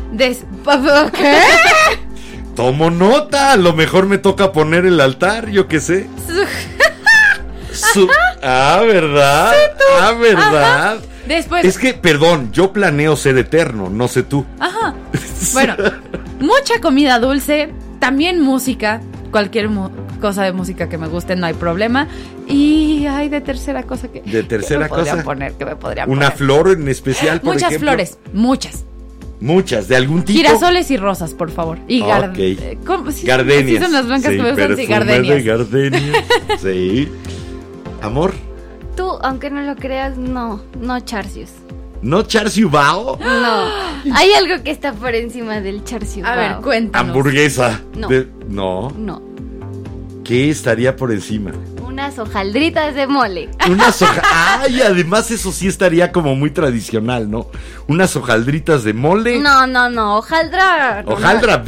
¿Qué? Tomo nota, a lo mejor me toca poner el altar, yo qué sé. ¿Verdad? ¿Verdad? Ajá. Después. Es que, perdón, yo planeo ser eterno, no sé tú. Ajá. Bueno, mucha comida dulce, también música, cualquier cosa de música que me guste, no hay problema. Y hay de tercera cosa que. ¿De tercera cosa? ¿Qué me podrían ¿Una poner? flor en especial, por Muchas ejemplo? flores, muchas. Muchas, ¿de algún tipo? Girasoles y rosas, por favor. Y gardenias. Sí, son las blancas que me gustan, sí, gardenias. De gardenias. Sí. Amor. Tú, aunque no lo creas, no charcius. ¿No charciubao? No. Hay algo que está por encima del charciubao. A ver, cuéntanos. Hamburguesa. No. No. ¿Qué estaría por encima? Unas hojaldritas de mole. Unas Ay, además eso sí estaría como muy tradicional, ¿no? Unas hojaldritas de mole. No, hojaldra. Hojaldra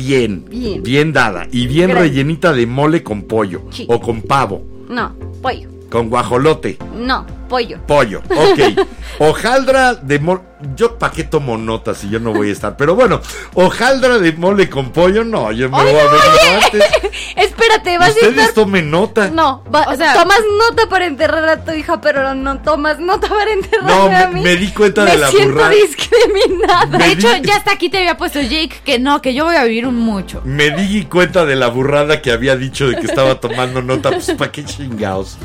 bien dada. Y bien rellenita de mole con pollo. Sí. O con pavo. No, pollo. Con guajolote. No, pollo. Pollo, ok. Hojaldra de mole. Yo pa' qué tomo notas si yo no voy a estar. Pero bueno, hojaldra de mole con pollo, no, yo me voy a ver antes. Espérate, vas a Ustedes estar... tomen nota. No, o sea, tomas nota para enterrar a tu hija, pero no tomas nota para enterrarme a mí. Me di cuenta de la burrada. Me siento discriminada. De hecho, ya hasta aquí te había puesto Jake que yo voy a vivir mucho. Me di cuenta de la burrada que había dicho de que estaba tomando nota. Pues pa' qué chingados.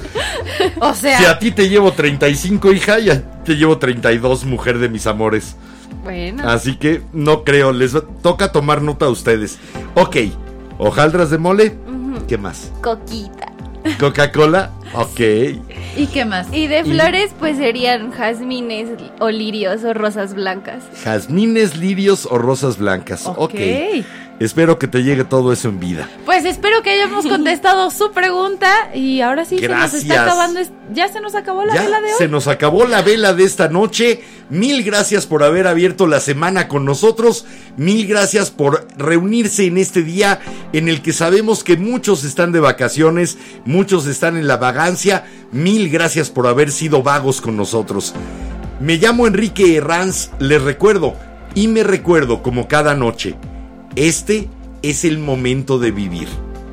O sea, si a ti te llevo 35, hija, ya te llevo 32, mujer de mis amores. Bueno. Así que no creo, les toca tomar nota a ustedes. Ok, hojaldras de mole. ¿Qué más? Coquita. Coca-Cola. Ok. ¿y qué más? Y de flores, pues serían jazmines o lirios o rosas blancas. Jazmines, lirios o rosas blancas. Ok. Espero que te llegue todo eso en vida. Pues espero que hayamos contestado su pregunta. Y ahora sí, Gracias. se nos está acabando. Ya se nos acabó la vela de hoy. Se nos acabó la vela de esta noche. Mil gracias por haber abierto la semana con nosotros. Mil gracias por reunirse en este día en el que sabemos que muchos están de vacaciones, muchos están en la vagancia. Mil gracias por haber sido vagos con nosotros. Me llamo Enrique Herranz, les recuerdo y me recuerdo como cada noche. Este es el momento de vivir,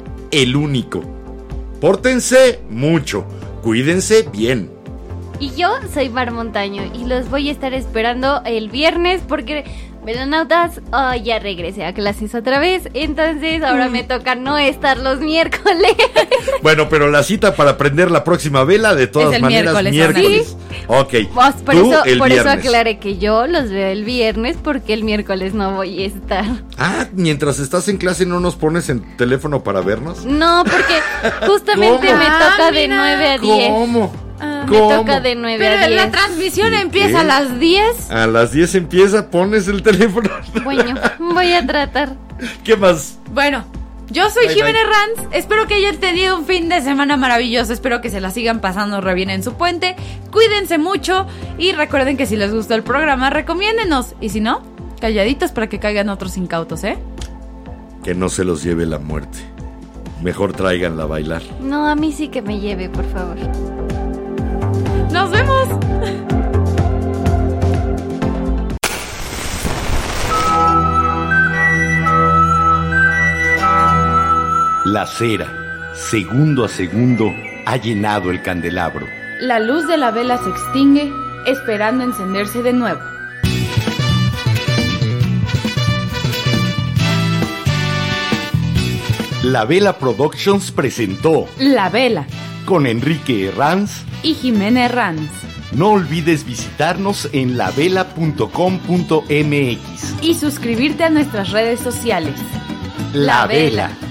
el único. Pórtense mucho, cuídense bien. Y yo soy Mar Montaño y los voy a estar esperando el viernes porque Velanautas, ya regresé a clases otra vez, entonces ahora me toca no estar los miércoles. Bueno, pero la cita para prender la próxima vela, de todas Es el maneras, miércoles. Ok. Pues por Tú, eso, el por eso viernes. aclaré que yo los veo el viernes porque el miércoles no voy a estar. Ah, mientras estás en clase, ¿no nos pones en teléfono para vernos? No, porque justamente ¿Cómo? me toca de mira. 9 a 10. ¿Cómo? Me toca de 9 a Pero 10. la transmisión ¿Y empieza qué? a las 10. A las 10 empieza, pones el teléfono. Bueno, voy a tratar. ¿Qué más? Bueno, yo soy Bye, Jiménez bye. Ranz. Espero que hayan tenido un fin de semana maravilloso. Espero que se la sigan pasando re bien en su puente. Cuídense mucho y recuerden que si les gustó el programa, recomiéndenos. Y si no, calladitos para que caigan otros incautos, ¿eh? Que no se los lleve la muerte. Mejor tráiganla a bailar. No, a mí sí que me lleve, por favor. ¡Nos vemos! La cera, segundo a segundo, ha llenado el candelabro. La luz de la vela se extingue, esperando encenderse de nuevo. La Vela Productions presentó La vela con Enrique Herranz. y Jiménez Ranz. No olvides visitarnos en lavela.com.mx. Y suscribirte a nuestras redes sociales. La Vela.